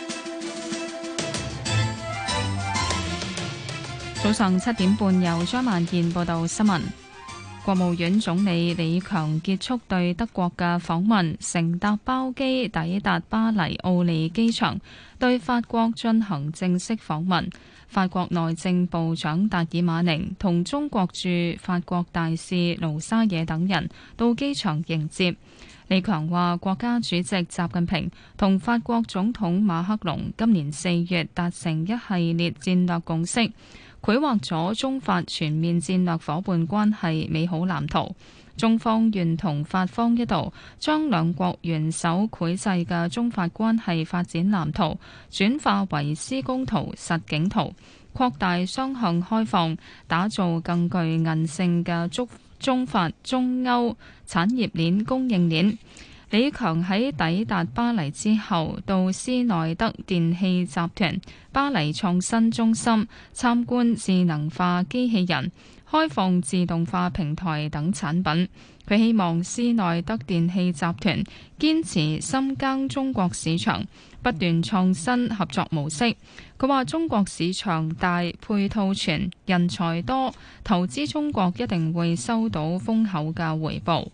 早上七點半由張萬健報道新聞。國務院總理李強結束對德國嘅訪問，乘搭包機抵達巴黎奧利機場，對法國進行正式訪問。法國內政部長達爾馬寧同中國駐法國大使盧沙野等人到機場迎接。李強話：國家主席習近平同法國總統馬克龍今年四月達成一系列戰略共識，繪畫咗中法全面戰略夥伴關係美好藍圖。中方願同法方一道，將兩國元首繪製嘅中法關係發展藍圖轉化為施工圖、實景圖，擴大雙向開放，打造更具韌性嘅中中法中歐產業鏈供應鏈。李強喺抵達巴黎之後，到施耐德電氣集團巴黎創新中心參觀智能化機器人、開放自動化平台等產品。佢希望施耐德電氣集團堅持深耕中國市場，不斷創新合作模式。佢話中國市場大、配套全、人才多，投資中國一定會收到豐厚嘅回報。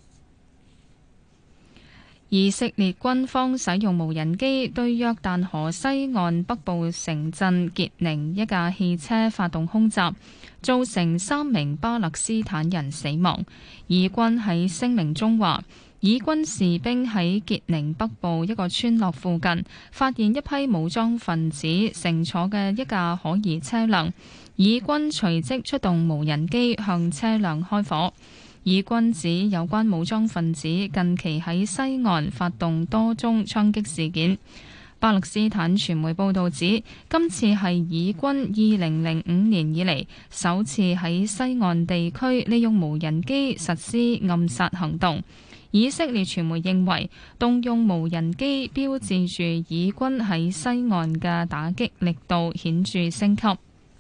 以色列軍方使用無人機對約旦河西岸北部城鎮傑寧一架汽車發動空襲，造成三名巴勒斯坦人死亡。以軍喺聲明中話，以軍士兵喺傑寧北部一個村落附近發現一批武裝分子乘坐嘅一架可疑車輛，以軍隨即出動無人機向車輛開火。 以軍指有關武裝分子近期喺西岸發動多宗槍擊事件。巴勒斯坦傳媒報導指，今次係以軍二零零五年以嚟首次喺西岸地區利用無人機實施暗殺行動。以色列傳媒認為，動用無人機標誌住以軍喺西岸嘅打擊力度顯著升級。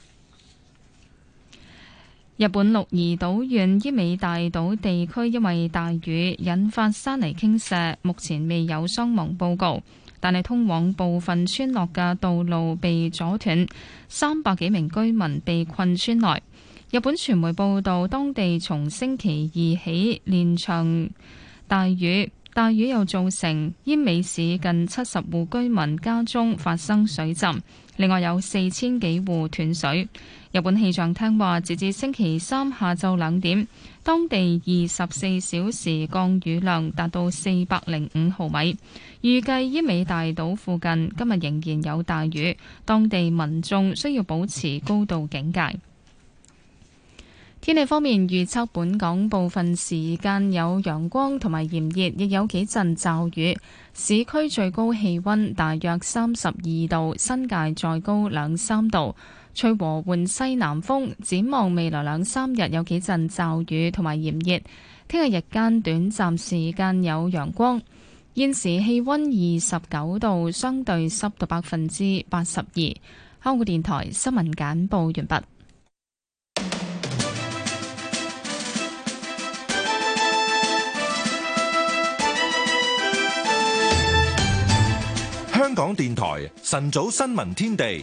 日本鹿兒島縣伊美大島地區因為大雨引發山泥傾瀉，目前未有傷亡報告。但係通往部分村落嘅道路被阻斷，三百幾名居民被困村內。日本傳媒報道，當地從星期二起連場大雨，大雨又造成奄美市近七十戶居民家中發生水浸，另外有四千幾戶斷水。日本氣象廳話，截至星期三下晝兩點，當地二十四小時降雨量達到四百零五毫米。預計伊美大島附近今日仍然有大雨，當地民眾需要保持高度警戒。天氣方面預測，本港部分時間有陽光同埋炎熱，亦有幾陣驟雨。市區最高氣溫大約三十二度，新界再高兩三度。吹和緩西南風。展望未來兩三日有幾陣驟雨同埋炎熱，聽日日間短暫時間有陽光。現時氣溫二十九度，相對濕度百分之八十二。香港電台新聞簡報完畢。 香港電台晨早新聞天地。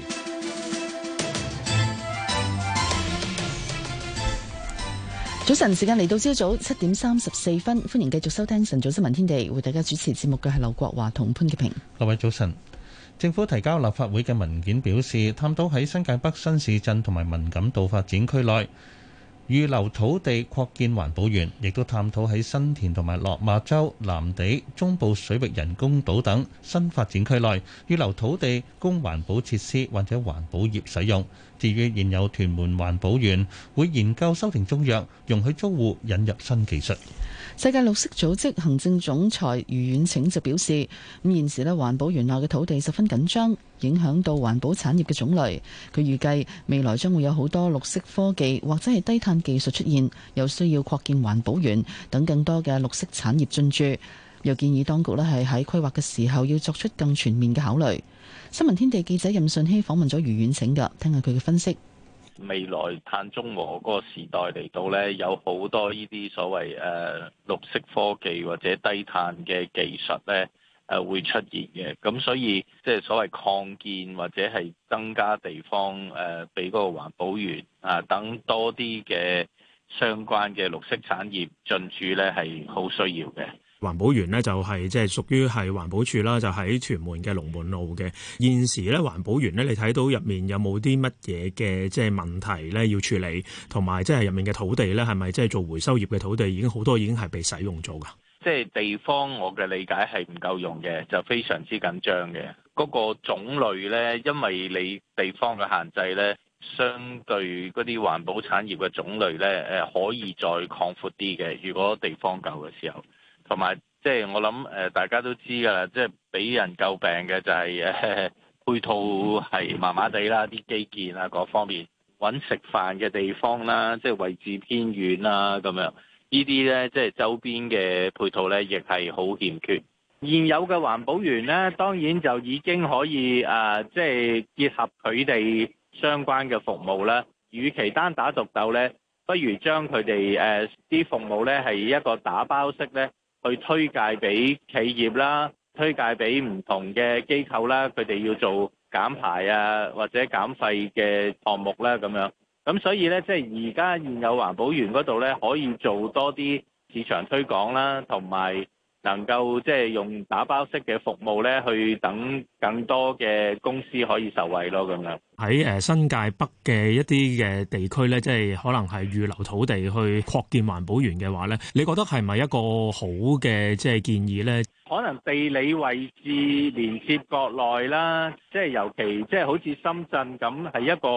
早晨，時間嚟到朝早七點三十四分，歡迎繼續收聽晨早新聞天地，為大家主持節目嘅係劉國華同潘潔平。 各位早晨，政府提交立法會嘅文件表示，探討喺新界北新市鎮同埋文錦渡發展區內預留土地擴建環保園，亦都探討喺新田同埋落馬洲、藍地、中部水域人工島等新發展區內預留土地供環保設施或者環保業使用。至於現有屯門環保園，會研究修訂中約，容許租戶引入新技術。 世界綠色組織行政總裁余遠騁就表示，咁現時咧環保園內嘅土地十分緊張，影響到環保產業嘅種類。佢預計未來將會有好多綠色科技或者係低碳技術出現，有需要擴建環保園等更多嘅綠色產業進駐。又建議當局咧係喺規劃嘅時候要作出更全面嘅考慮。新聞天地記者任順熙訪問咗余遠騁㗎，聽下佢嘅分析。 未來碳中和嗰個時代嚟到呢，有好多呢啲所謂誒、呃、綠色科技或者低碳嘅技術呢誒、呃、會出現嘅。咁所以即係所謂擴建或者係增加地方誒，俾、呃、嗰個環保園啊等多啲嘅相關嘅綠色產業進駐呢，係好需要嘅。 環保園呢就係即係屬於係環保署啦，就喺屯門嘅龍門路嘅。現時咧環保園咧，你睇到入面有冇啲乜嘢嘅即係問題咧要處理，同埋即係入面嘅土地咧係咪即係做回收業嘅土地已經好多已經係被使用咗㗎？ 即係地方，我嘅理解係唔夠用嘅，就非常之緊張嘅。嗰個種類咧，因為你地方嘅限制咧，相對嗰啲環保產業嘅種類咧，誒可以再擴闊啲嘅。如果地方夠嘅時候。同埋，即係我諗，誒大家都知㗎啦，即係俾人詬病嘅就係誒配套係麻麻地啦，啲基建啊各方面，揾食飯嘅地方啦，即係位置偏遠啦咁樣，呢啲咧即係周邊嘅配套咧，亦係好欠缺。現有嘅環保園咧，當然就已經可以誒，即係結合佢哋相關嘅服務啦。與其單打獨鬥咧，不如將佢哋誒啲服務咧係一個打包式咧。去推介俾企業啦，推介俾唔同嘅機構啦，佢哋要做減排啊或者減廢嘅項目啦咁樣。咁所以呢，即係而家現有環保園嗰度呢，可以做多啲市場推廣啦，同埋能夠即係用打包式嘅服務呢，去等更多嘅公司可以受惠咯咁樣。 喺誒新界北嘅一啲嘅地區咧，即係可能係預留土地去擴建環保園嘅話咧，你覺得係咪一個好嘅即係建議咧？ 可能地理位置連接國內啦，即係尤其即係好似深圳咁，係一個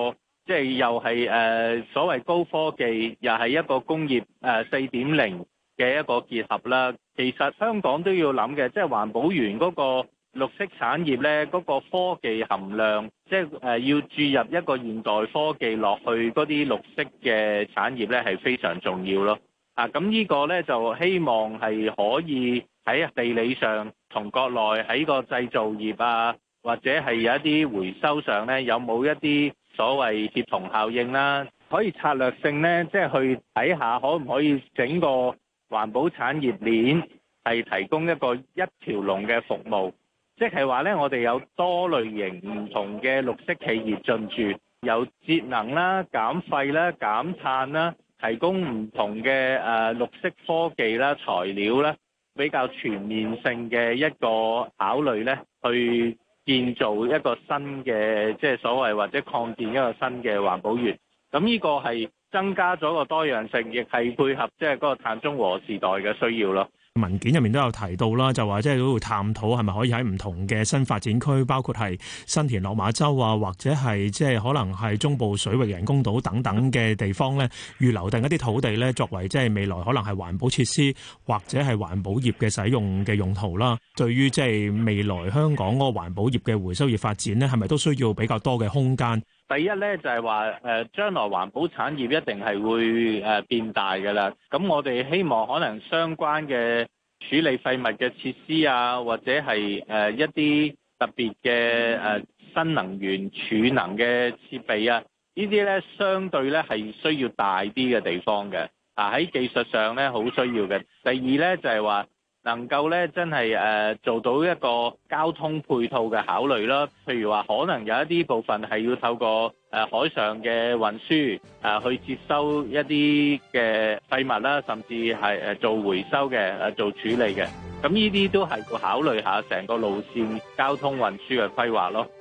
即係又係誒所謂高科技，又係一個工業誒四點零嘅一個結合啦。其實香港都要諗嘅，即係環保園嗰個綠色產業咧，嗰個科技含量，即係誒要注入一個現代科技落去嗰啲綠色嘅產業咧，係非常重要咯。啊，咁呢個咧就希望係可以喺地理上同國內喺個製造業啊，或者係有一啲回收上咧，有冇一啲所謂協同效應啦，可以策略性咧，即係去睇下可唔可以整個環保產業鏈係提供一個一條龍嘅服務，即係話咧，我哋有多類型唔同嘅綠色企業進駐，有節能啦、減廢啦、減碳啦，提供唔同嘅誒綠色科技啦、材料啦，比較全面性嘅一個考慮咧，去建造一個新嘅即係所謂或者擴建一個新嘅環保園。咁呢個係增加咗個多樣性，亦係配合即係嗰個碳中和時代嘅需要咯。 文件入面都有提到啦，就話即係都會探討係咪可以喺唔同嘅新發展區，包括係新田落馬洲啊，或者係即係可能係中部水域人工島等等嘅地方咧，預留定一啲土地咧，作為即係未來可能係環保設施或者係環保業嘅使用嘅用途啦。對於即係未來香港嗰個環保業嘅回收業發展咧，係咪都需要比較多嘅空間？ 第一咧就係話誒，將來環保產業一定係會誒變大㗎啦。咁我哋希望可能相關嘅處理廢物嘅設施啊，或者係誒一啲特別嘅誒新能源儲能嘅設備啊，呢啲咧相對咧係需要大啲嘅地方嘅。啊喺技術上咧好需要嘅。第二咧就係話，能夠咧真係誒做到一個交通配套嘅考慮啦，譬如話可能有一啲部分係要透過誒海上嘅運輸誒去接收一啲嘅廢物啦，甚至係誒做回收嘅誒做處理嘅，咁呢啲都係要考慮下成個路線交通運輸嘅規劃咯。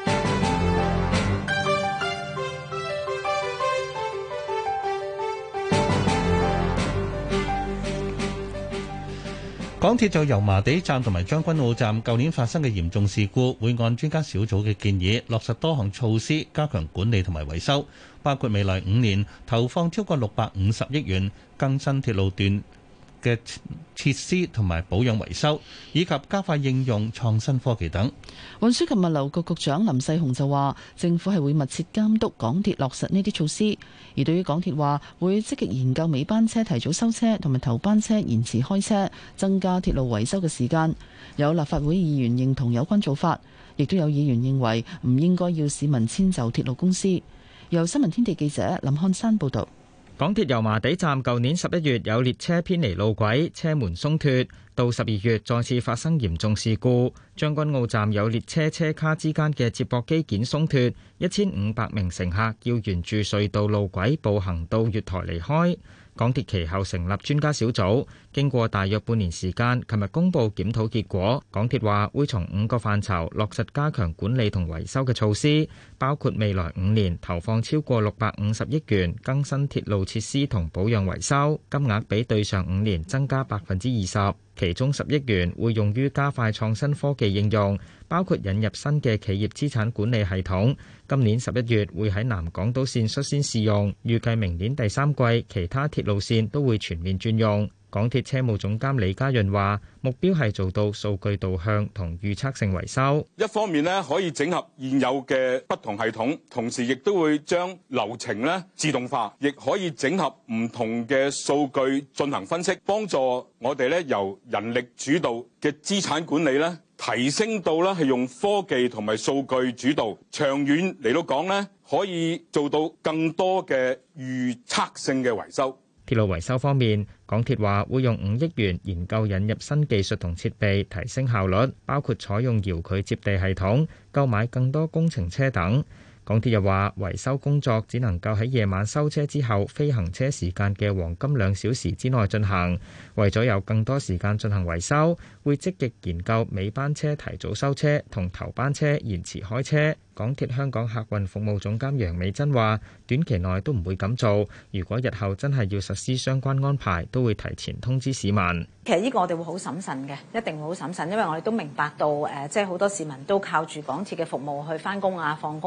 港鐵就油麻地站同埋將軍澳站舊年發生嘅嚴重事故，會按專家小組嘅建議，落實多項措施，加強管理同埋維修，包括未來五年投放超過六百五十億元更新鐵路段嘅設施同埋保養維修，以及加快應用創新科技等。 運輸及物流局局長林世雄就話，政府係會密切監督港鐵落實呢啲措施。而對於港鐵話會積極研究尾班車提早收車同埋頭班車延遲開車，增加鐵路維修嘅時間。有立法會議員認同有關做法，亦都有議員認為唔應該要市民遷就鐵路公司。由新聞天地記者林漢山報導。 港鐵油麻地站舊年十一月有列車偏離路軌，車門鬆脱，到十二月再次發生嚴重事故。將軍澳站有列車車卡之間嘅接駁機件鬆脱，一千五百名乘客要沿住隧道路軌步行到月台離開。港鐵其後成立專家小組，經過大約半年時間，琴日公布檢討結果。港鐵話會從五個範疇落實加強管理同維修嘅措施，包括未來五年投放超過六百五十億元更新鐵路設施同保養維修，金額比對上五年增加百分之二十。其中十億元會用於加快創新科技應用，包括引入新嘅企業資產管理系統。今年十一月會喺南港島線率先試用，預計明年第三季其他鐵路線都會全面轉用。港鐵車務總監李家潤話，目標係做到數據導向同預測性維修。 一方面咧可以整合現有嘅不同系統，同時亦都會將流程咧自動化，亦可以整合唔同嘅數據進行分析，幫助我哋咧由人力主導嘅資產管理咧提升到咧係用科技同埋數據主導。長遠嚟到講咧，可以做到更多嘅預測性嘅維修。 鐵路維修方面，港鐵話會用五億元研究引入新技術同設備，提升效率，包括採用遙距接地系統、購買更多工程車等。港鐵又話維修工作只能夠喺夜晚收車之後非行車時間嘅黃金兩小時之內進行。為咗有更多時間進行維修，會積極研究尾班車提早收車同頭班車延遲開車。港鐵香港客運服務總監楊美珍話：短期內都唔會咁做，如果日後真係要實施相關安排，都會提前通知市民。 其實呢個我哋會好審慎嘅，一定會好審慎，因為我哋都明白到誒，即係好多市民都靠住港鐵嘅服務去返工啊、放工啊、出行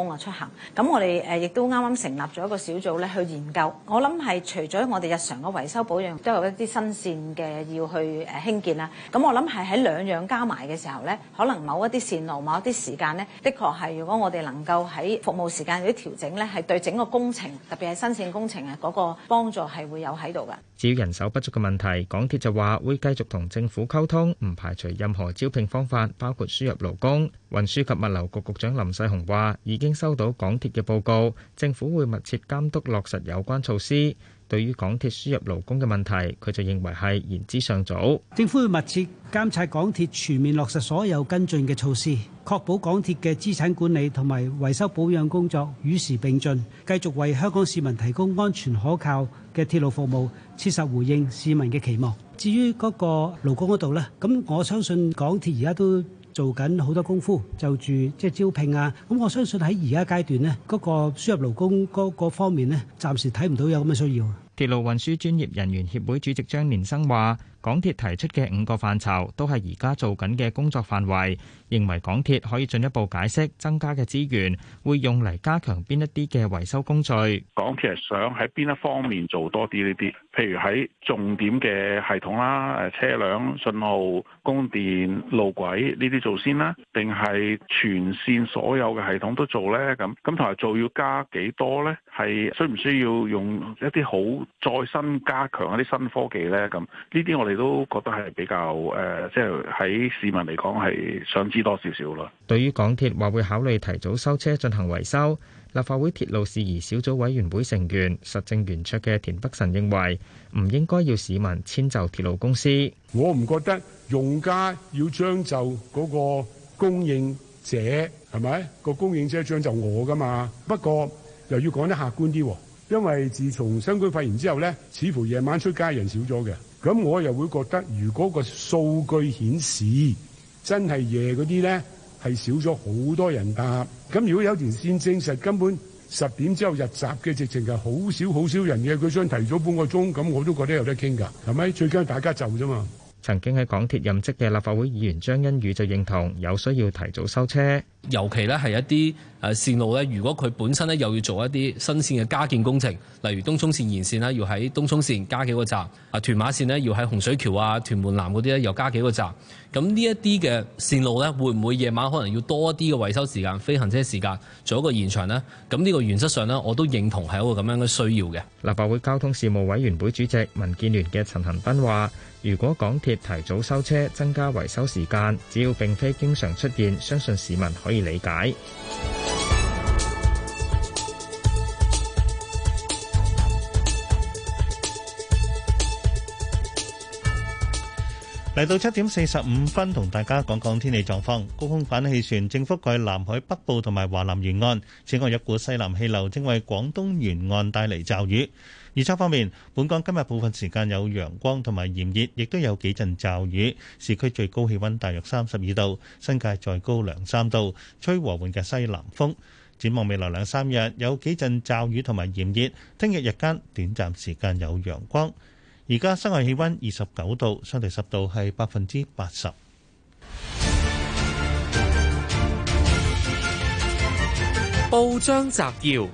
行。咁我哋誒亦都啱啱成立咗一個小組咧去研究。我諗係除咗我哋日常嘅維修保養，都有一啲新線嘅要去誒興建啦。咁我諗係喺兩樣加埋嘅時候咧，可能某一啲線路、某一啲時間咧，的確係如果我哋能夠喺服務時間有啲調整咧，係對整個工程，特別係新線工程啊嗰個幫助係會有喺度㗎。 至於人手不足嘅問題，港鐵就話會繼續同政府溝通，唔排除任何招聘方法，包括輸入勞工。運輸及物流局局長林世雄話：已經收到港鐵嘅報告，政府會密切監督落實有關措施。對於港鐵輸入勞工嘅問題，佢就認為係言之尚早。 政府會密切監察港鐵全面落實所有跟進嘅措施，確保港鐵嘅資產管理同埋維修保養工作與時並進，繼續為香港市民提供安全可靠嘅鐵路服務，切實回應市民嘅期望。至於嗰個勞工嗰度呢，咁我相信港鐵而家都做緊好多功夫，就住即係招聘啊。咁我相信喺而家階段呢，嗰個輸入勞工嗰個方面呢，暫時睇唔到有咁嘅需要。 鐵路運輸專業人員協會主席張連生話：港鐵提出嘅五個範疇都係而家做緊嘅工作範圍，認為港鐵可以進一步解釋增加嘅資源會用嚟加強邊一啲嘅維修工序。 港鐵係想喺邊一方面做多啲呢啲，譬如喺重點嘅系統啦，誒車輛、信號、供電、路軌呢啲做先啦，定係全線所有嘅系統都做呢？咁咁同埋做要加幾多呢？係需唔需要用一啲好再新加強一啲新科技呢？咁呢啲我哋都覺得係比較誒，即係喺市民嚟講係想知多少少啦。 對於港鐵話會考慮提早收車進行維修，立法會鐵路事宜小組委員會成員實政圓桌嘅田北辰認為，唔應該要市民遷就鐵路公司。 我唔覺得用家要將就嗰個供應者，係咪？個供應者將就我㗎嘛。不過又要講得客觀啲，因為自從新冠肺炎之後呢，似乎夜晚出街人少咗嘅。咁我又會覺得，如果個數據顯示真係夜嗰啲呢係少咗好多人搭，咁如果有條線證實根本十點之後日閘嘅直情係好少好少人嘅，佢想提早半個鐘，咁我都覺得有得傾㗎，係咪？最緊大家就啫嘛。 曾經喺港鐵任職嘅立法會議員張欣宇就認同有需要提早收車， 尤其咧係一啲誒線路咧，如果佢本身咧又要做一啲新線嘅加建工程，例如東涌線延線咧，要喺東涌線加幾個站；啊屯馬線咧要喺洪水橋啊、屯門南嗰啲咧又加幾個站。咁呢一啲嘅線路咧，會唔會夜晚可能要多一啲嘅維修時間、非行車時間做一個延長呢？咁呢個原則上呢，我都認同係一個咁樣嘅需要嘅。 立法會交通事務委員會主席民建聯嘅陳恒鑌話，如果港鐵提早收車，增加維修時間，只要並非經常出現，相信市民可以理解。 嚟到七點四十五分，同大家講講天氣狀況。高空反氣旋正覆蓋南海北部同埋華南沿岸，此外一股西南氣流正為廣東沿岸帶嚟驟雨。預測方面，本港今日部分時間有陽光同埋炎熱，亦都有幾陣驟雨。市區最高氣溫大約三十二度，新界再高兩三度，吹和緩嘅西南風。展望未來兩三日有幾陣驟雨同埋炎熱，聽日日間短暫時間有陽光。而家室外氣溫二十九度，相對濕度係百分之八十。 報章摘要：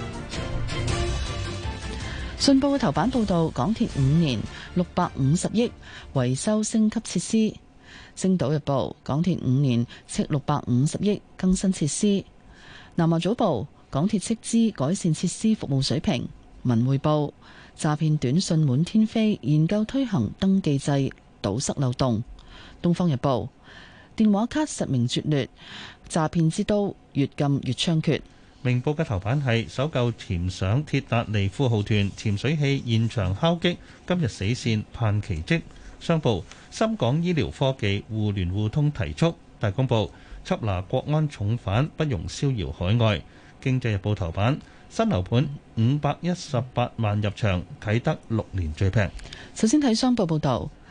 信報嘅頭版報導，港鐵五年六百五十億維修升級設施。星島日報，港鐵五年斥六百五十億更新設施。南華早報，港鐵斥資改善設施服務水平。文匯報，詐騙短訊滿天飛，研究推行登記制，堵塞漏洞。東方日報，電話卡實名絕劣，詐騙之都越禁越猖獗。 明報嘅頭版係搜救潛上鐵達尼富豪團潛水器現場敲擊，今日死線盼奇蹟。商報，深港醫療科技互聯互通提速。大公報，緝拿國安重犯不容逍遙海外。經濟日報頭版，新樓盤五百一十八萬入場，啟德六年最平。 首先睇商報報導，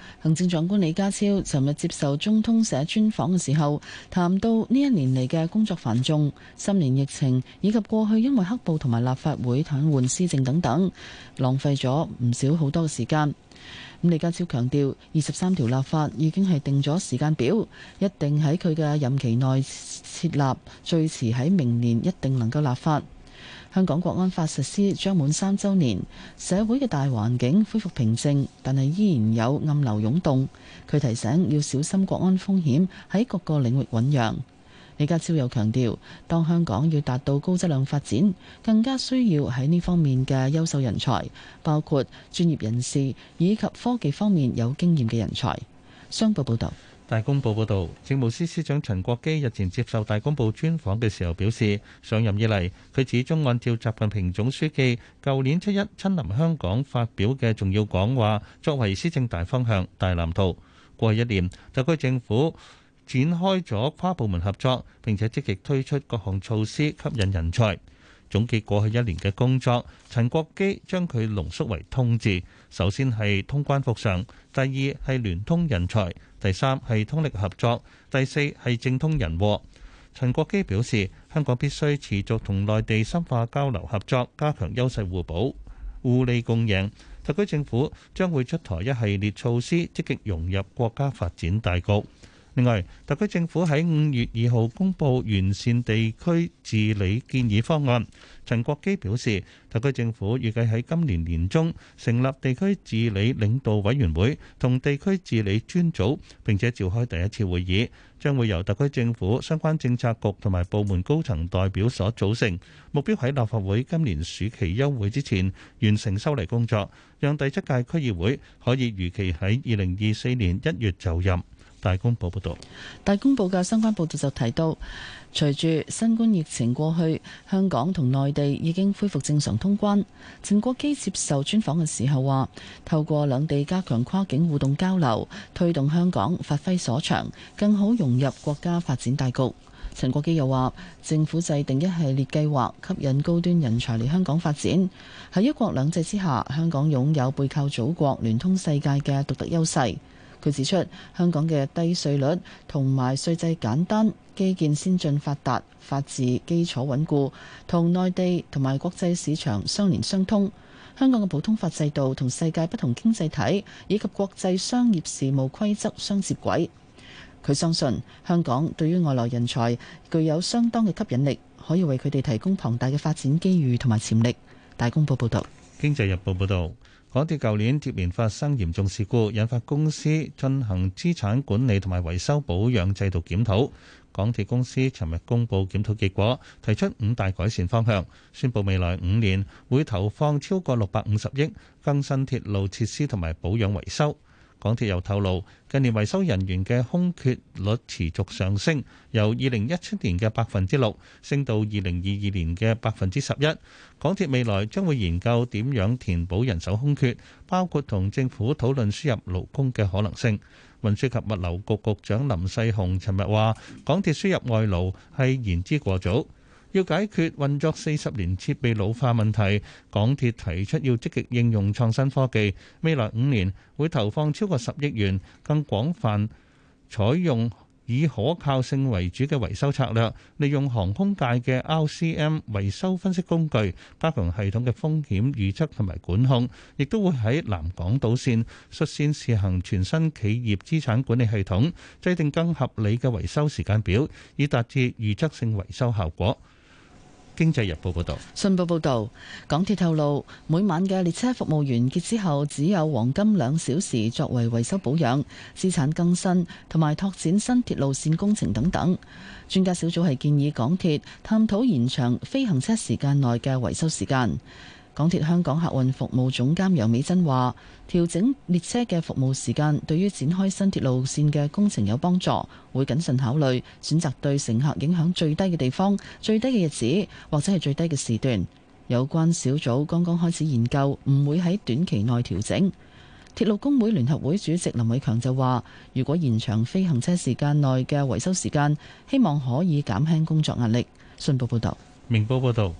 行政長官李家超尋日接受中通社專訪嘅時候，談到呢一年嚟嘅工作繁重、新年疫情以及過去因為黑暴同埋立法會癱瘓施政等等，浪費咗唔少好多嘅時間。咁李家超強調，二十三條立法已經係定咗時間表，一定喺佢嘅任期內設立，最遲喺明年一定能夠立法。香港國安法實施將滿三週年，社會嘅大環境恢復平靜，但係依然有暗流湧動。佢提醒要小心國安風險喺各個領域醖釀。李家超又強調，當香港要達到高質量發展，更加需要喺呢方面嘅優秀人才，包括專業人士以及科技方面有經驗嘅人才。商報報道。 大公報報導，政務司司長陳國基日前接受大公報專訪嘅時候表示，上任以嚟，佢始終按照習近平總書記舊年七一親臨香港發表嘅重要講話，作為施政大方向、大藍圖。過去一年，特區政府展開咗跨部門合作，並且積極推出各項措施吸引人才。總結過去一年嘅工作，陳國基將佢濃縮為通字。首先係通關復常，第二係聯通人才，第三係通力合作，第四係政通人和。陳國基表示，香港必須持續同內地深化交流合作，加強優勢互補、互利共贏。特區政府將會出台一系列措施，積極融入國家發展大局。另外，特區政府喺五月二號公布完善地區治理建議方案。陳國基表示，特區政府預計喺今年年中成立地區治理領導委員會同地區治理專組，並且召開第一次會議，將會由特區政府相關政策局同埋部門高層代表所組成，目標喺立法會今年暑期休會之前完成修例工作，讓第七屆區議會可以如期喺二零二四年一月就任。大公報報道， 大公報嘅相關報導就提到，隨住新冠疫情過去，香港同內地已經恢復正常通關。陳國基接受專訪嘅時候話，透過兩地加強跨境互動交流，推動香港發揮所長，更好融入國家發展大局。陳國基又話，政府制定一系列計劃，吸引高端人才嚟香港發展。喺一國兩制之下，香港擁有背靠祖國、聯通世界嘅獨特優勢。佢指出，香港嘅低稅率同埋稅制簡單、基建先進發達、法治基礎穩固，同內地同埋國際市場相連相通。香港嘅普通法制度同世界不同經濟體以及國際商業事務規則相接軌。佢相信香港對於外來人才具有相當嘅吸引力，可以為佢哋提供龐大嘅發展機遇同埋潛力。大公報報導。 經濟日報報導。港鐵舊年接連發生嚴重事故，引發公司進行資產管理同埋維修保養制度檢討。港鐵公司尋日公布檢討結果，提出五大改善方向，宣布未來五年會投放超過六百五十億更新鐵路設施同埋保養維修。港鐵又透露，近年維修人員嘅空缺率持續上升，由二零一七年嘅百分之六升到二零二二年嘅百分之十一。港鐵未來將會研究點樣填補人手空缺，包括同政府討論輸入勞工嘅可能性。運輸及物流局局長林世雄尋日話，港鐵輸入外勞係言之過早。要解決運作四十年設備老化問題，港鐵提出要積極應用創新科技，未來五年會投放超過十億元，更廣泛採用以可靠性為主嘅維修策略，利用航空界嘅 R C M 維修分析工具，加強系統嘅風險預測同埋管控，亦都會喺南港島線率先試行全新企業資產管理系統，制定更合理嘅維修時間表，以達至預測性維修效果。經濟日報報道， 信報報道，港鐵透露，每晚嘅列車服務完結之後，只有黃金兩小時作為維修保養、資產更新同埋拓展新鐵路線工程等等。專家小組係建議港鐵探討延長非行車時間內嘅維修時間。港鐵香港客運服務總監楊美珍話，調整列車嘅服務時間對於展開新鐵路線嘅工程有幫助，會謹慎考慮選擇對乘客影響最低嘅地方、最低嘅日子或者係最低嘅時段。有關小組剛剛開始研究，唔會喺短期內調整。鐵路工會聯合會主席林偉強就話，如果延長非行車時間內嘅維修時間，希望可以減輕工作壓力。信報報道。 明報報道。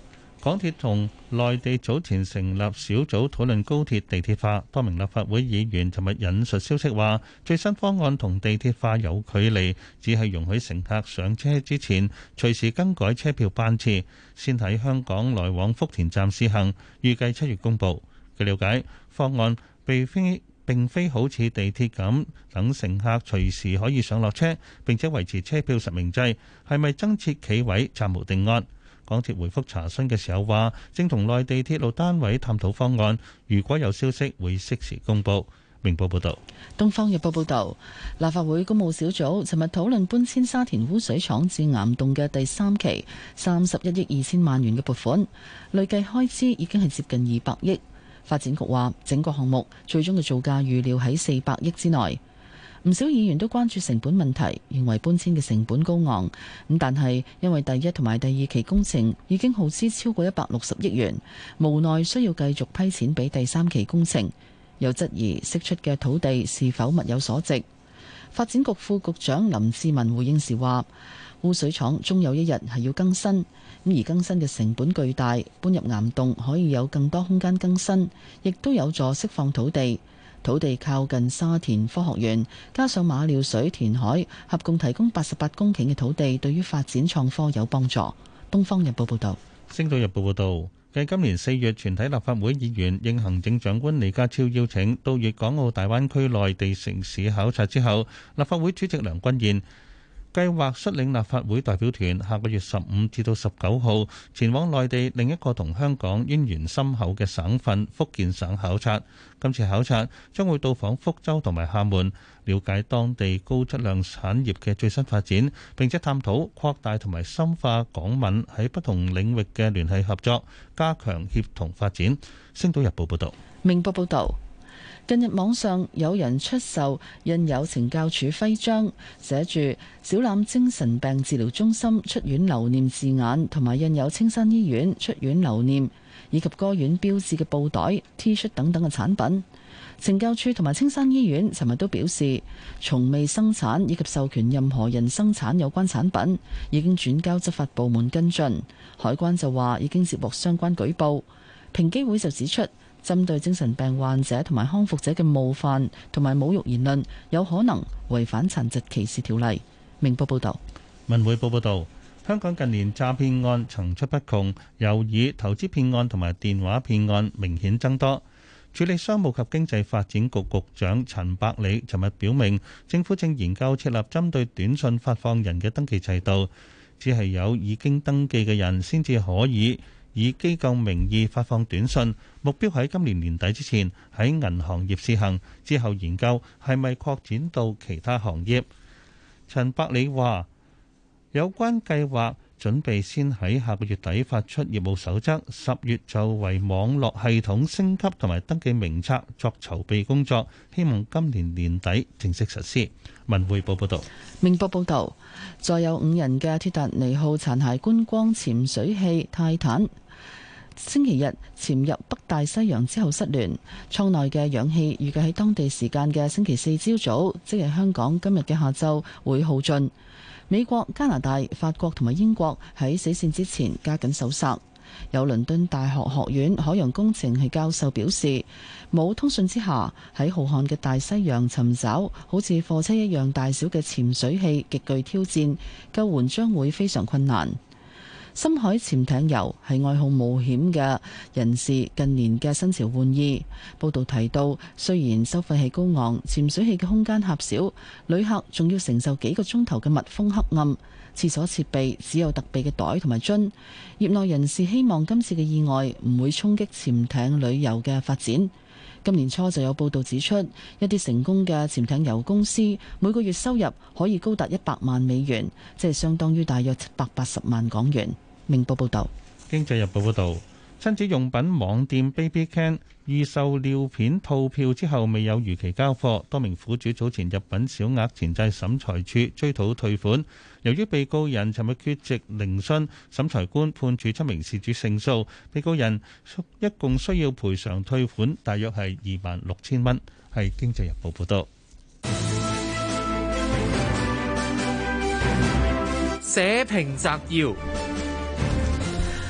港鐵同內地早前成立小組討論高鐵地鐵化，多名立法會議員尋日引述消息話，最新方案同地鐵化有距離，只係容許乘客上車之前隨時更改車票班次，先喺香港來往福田站試行，預計七月公佈。據了解，方案並非並非好似地鐵咁等乘客隨時可以上落車，並且維持車票實名制，係咪增設企位暫無定案。港鐵回覆查詢嘅時候話，正同內地鐵路單位探討方案，如果有消息會適時公佈。明報報道。 東方日報報道，立法會工務小組尋日討論搬遷沙田污水廠至岩洞嘅第三期三十一億二千萬元嘅撥款，累計開支已經係接近二百億。發展局話，整個項目最終嘅造價預料喺四百億之內。唔少議員都關注成本問題，認為搬遷嘅成本高昂。咁但係因為第一同埋第二期工程已經耗資超過一百六十億元，無奈需要繼續批錢俾第三期工程，又質疑釋出嘅土地是否物有所值。發展局副局長林志文回應時話，污水廠終有一日係要更新，咁而更新嘅成本巨大，搬入岩洞可以有更多空間更新，亦都有助釋放土地。土地靠近沙田科學園，加上馬料水填海，合共提供八十八公頃嘅土地，對於發展創科有幫助。《東方日報》報道。 《星島日報》報道，繼今年四月全體立法會議員應行政長官李家超邀請到粵港澳大灣區內地城市考察之後，立法會主席梁君彥計劃率領立法會代表團下個月十五至到十九號前往內地另一個同香港淵源深厚嘅省份福建省考察。今次考察將會到訪福州同埋廈門，了解當地高質量產業嘅最新發展，並且探討擴大同埋深化港閩喺不同領域嘅聯繫合作，加強協同發展。星島日報報道。 明報報道。近日網上有人出售印有懲教署徽章，寫住小欖精神病治療中心出院留念字眼，同埋印有青山醫院出院留念以及該院標誌嘅布袋、T 恤等等嘅產品。懲教署同埋青山醫院尋日都表示，從未生產以及授權任何人生產有關產品，已經轉交執法部門跟進。海關就話已經接獲相關舉報。平機會就指出，針對精神病患者同埋康復者嘅冒犯同埋侮辱言論，有可能違反殘疾歧視條例。明報報道。 文匯報報道，香港近年詐騙案層出不窮，尤以投資騙案同埋電話騙案明顯增多。處理商務及經濟發展局局長陳百里尋日表明，政府正研究設立針對短訊發放人嘅登記制度，只係有已經登記嘅人先至可以以機構名義發放短訊，目標喺今年年底之前喺銀行業試行，之後研究係咪擴展到其他行業。陳百里話，有關計劃準備先喺下個月底發出業務守則，十月就為網絡系統升級同埋登記名冊作籌備工作，希望今年年底正式實施。文匯報報道。 明報報道，載有五人嘅鐵達尼號殘骸觀光潛水器泰坦星期日潛入北大西洋之後失聯，艙內嘅氧氣預計喺當地時間嘅星期四朝早，即係香港今日嘅下晝會耗盡。美國、加拿大、法國同埋英國喺死線之前加緊搜索。有倫敦大學學院海洋工程系教授表示，冇通訊之下喺浩瀚嘅大西洋尋找好似貨車一樣大小嘅潛水器極具挑戰，救援將會非常困難。深海潛艇遊係愛好冒險嘅人士近年嘅新潮玩意。報道提到，雖然收費係高昂，潛水器嘅空間狹小，旅客仲要承受幾個鐘頭嘅密封黑暗，廁所設備只有特備嘅袋同埋樽。業內人士希望今次嘅意外唔會衝擊潛艇旅遊嘅發展。今年初就有報道指出，一啲成功嘅潛艇遊公司每個月收入可以高達一百萬美元，即係相當於大約七百八十萬港元。明報報道。 經濟日報報道，親子用品網店 Baby Can 預售尿片套票之後未有如期交貨，多名苦主早前入稟小額錢債審裁處追討退款。由於被告人尋日缺席聆訊，審裁官判處七名事主勝訴，被告人一共需要賠償退款大約係二萬六千蚊。係經濟日報報道。 社評摘要。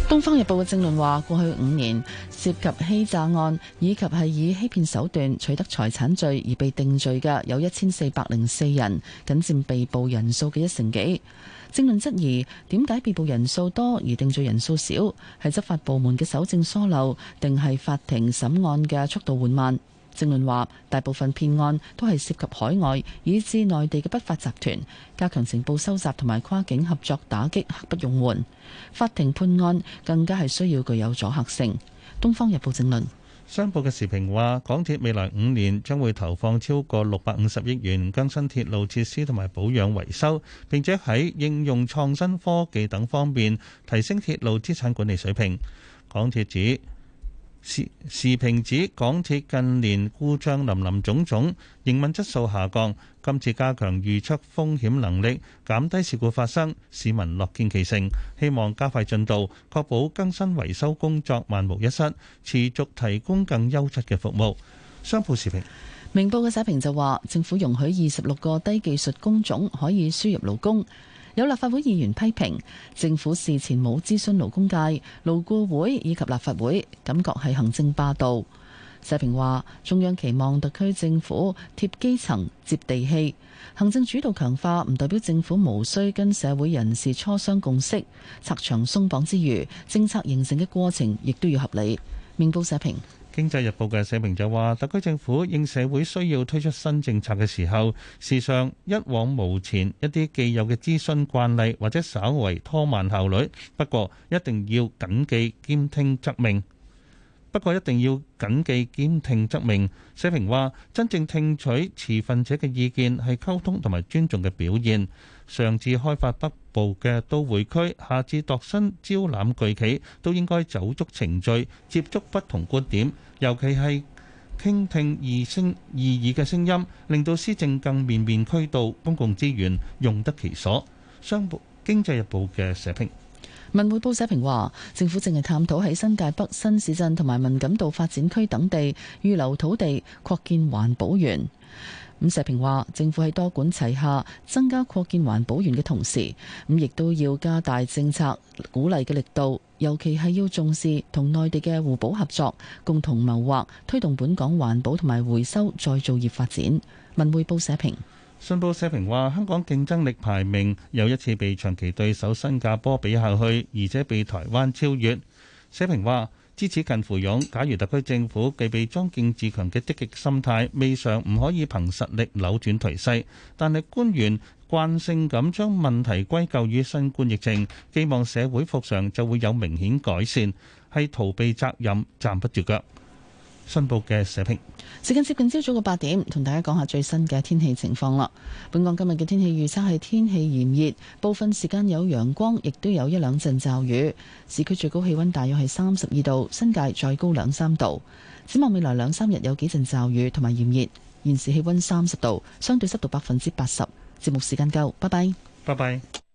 《東方日報》嘅政論話，過去五年涉及欺詐案以及係以欺騙手段取得財產罪而被定罪嘅有一千四百零四人，僅佔被捕人數嘅一成幾。政論質疑點解被捕人數多而定罪人數少，係執法部門嘅搜證疏漏，定係法庭審案嘅速度緩慢？政論話，大部分騙案都係涉及海外以至內地嘅不法集團，加強情報收集同埋跨境合作打擊刻不容緩。法庭判案更加係需要具有阻嚇性。《東方日報》政論。 商報嘅時評話，港鐵未來五年將會投放超過六百五十億元更新鐵路設施同埋保養維修，並且喺應用創新科技等方面提升鐵路資產管理水平。港鐵指時時評指港鐵近年故障林林總總，營運質素下降。今次加強預測風險能力，減低事故發生，市民樂見其成。希望加快進度，確保更新維修工作萬無一失，持續提供更優質嘅服務。商報時評。 明報嘅社評就話，政府容許二十六個低技術工種可以輸入勞工。有立法會議員批評政府事前冇諮詢勞工界、勞顧會以及立法會，感覺係行政霸道。社評話，中央期望特區政府貼基層、接地氣，行政主導強化唔代表政府無需跟社會人士磋商共識，拆牆鬆綁之餘，政策形成嘅過程亦都要合理。明報社評。 《經濟日報》嘅社評就話，特區政府應社會需要推出新政策嘅時候，時常一往無前，一啲既有嘅諮詢慣例或者稍為拖慢效率。不過一定要謹記兼聽則明。不過一定要謹記兼聽則明。社評話，真正聽取持份者嘅意見係溝通同埋尊重嘅表現。上至開發北部嘅都會區，下至度身招攬巨企，都應該走足程序，接觸不同觀點，尤其係傾聽異聲異議嘅聲音，令到施政更面面俱到，公共資源用得其所。商報經濟日報嘅社評。 文匯報社評話，政府正係探討喺新界北新市鎮同埋文錦渡發展區等地預留土地擴建環保園。咁社評話，政府喺多管齊下增加擴建環保園嘅同時，咁亦都要加大政策鼓勵嘅力度，尤其係要重視同內地嘅互補合作，共同謀劃推動本港環保同埋回收再造業發展。文匯報社評。 信報社評話，香港競爭力排名又一次被長期對手新加坡比下去，而且被台灣超越。社評話，知恥近乎勇，假如特區政府具備莊敬自強嘅積極心態，未嘗唔可以憑實力扭轉頹勢。但係官員慣性咁將問題歸咎於新冠疫情，寄望社會復常就會有明顯改善，係逃避責任，站不住腳。新報嘅社評。 時間接近朝早嘅八點，同大家講下最新嘅天氣情況啦。本港今日嘅天氣預測係天氣炎熱，部分時間有陽光，亦都有一兩陣驟雨。市區最高氣溫大約係三十二度，新界再高兩三度。展望未來兩三日有幾陣驟雨同埋炎熱。現時氣溫三十度，相對濕度百分之八十。節目時間夠，拜拜。 拜拜。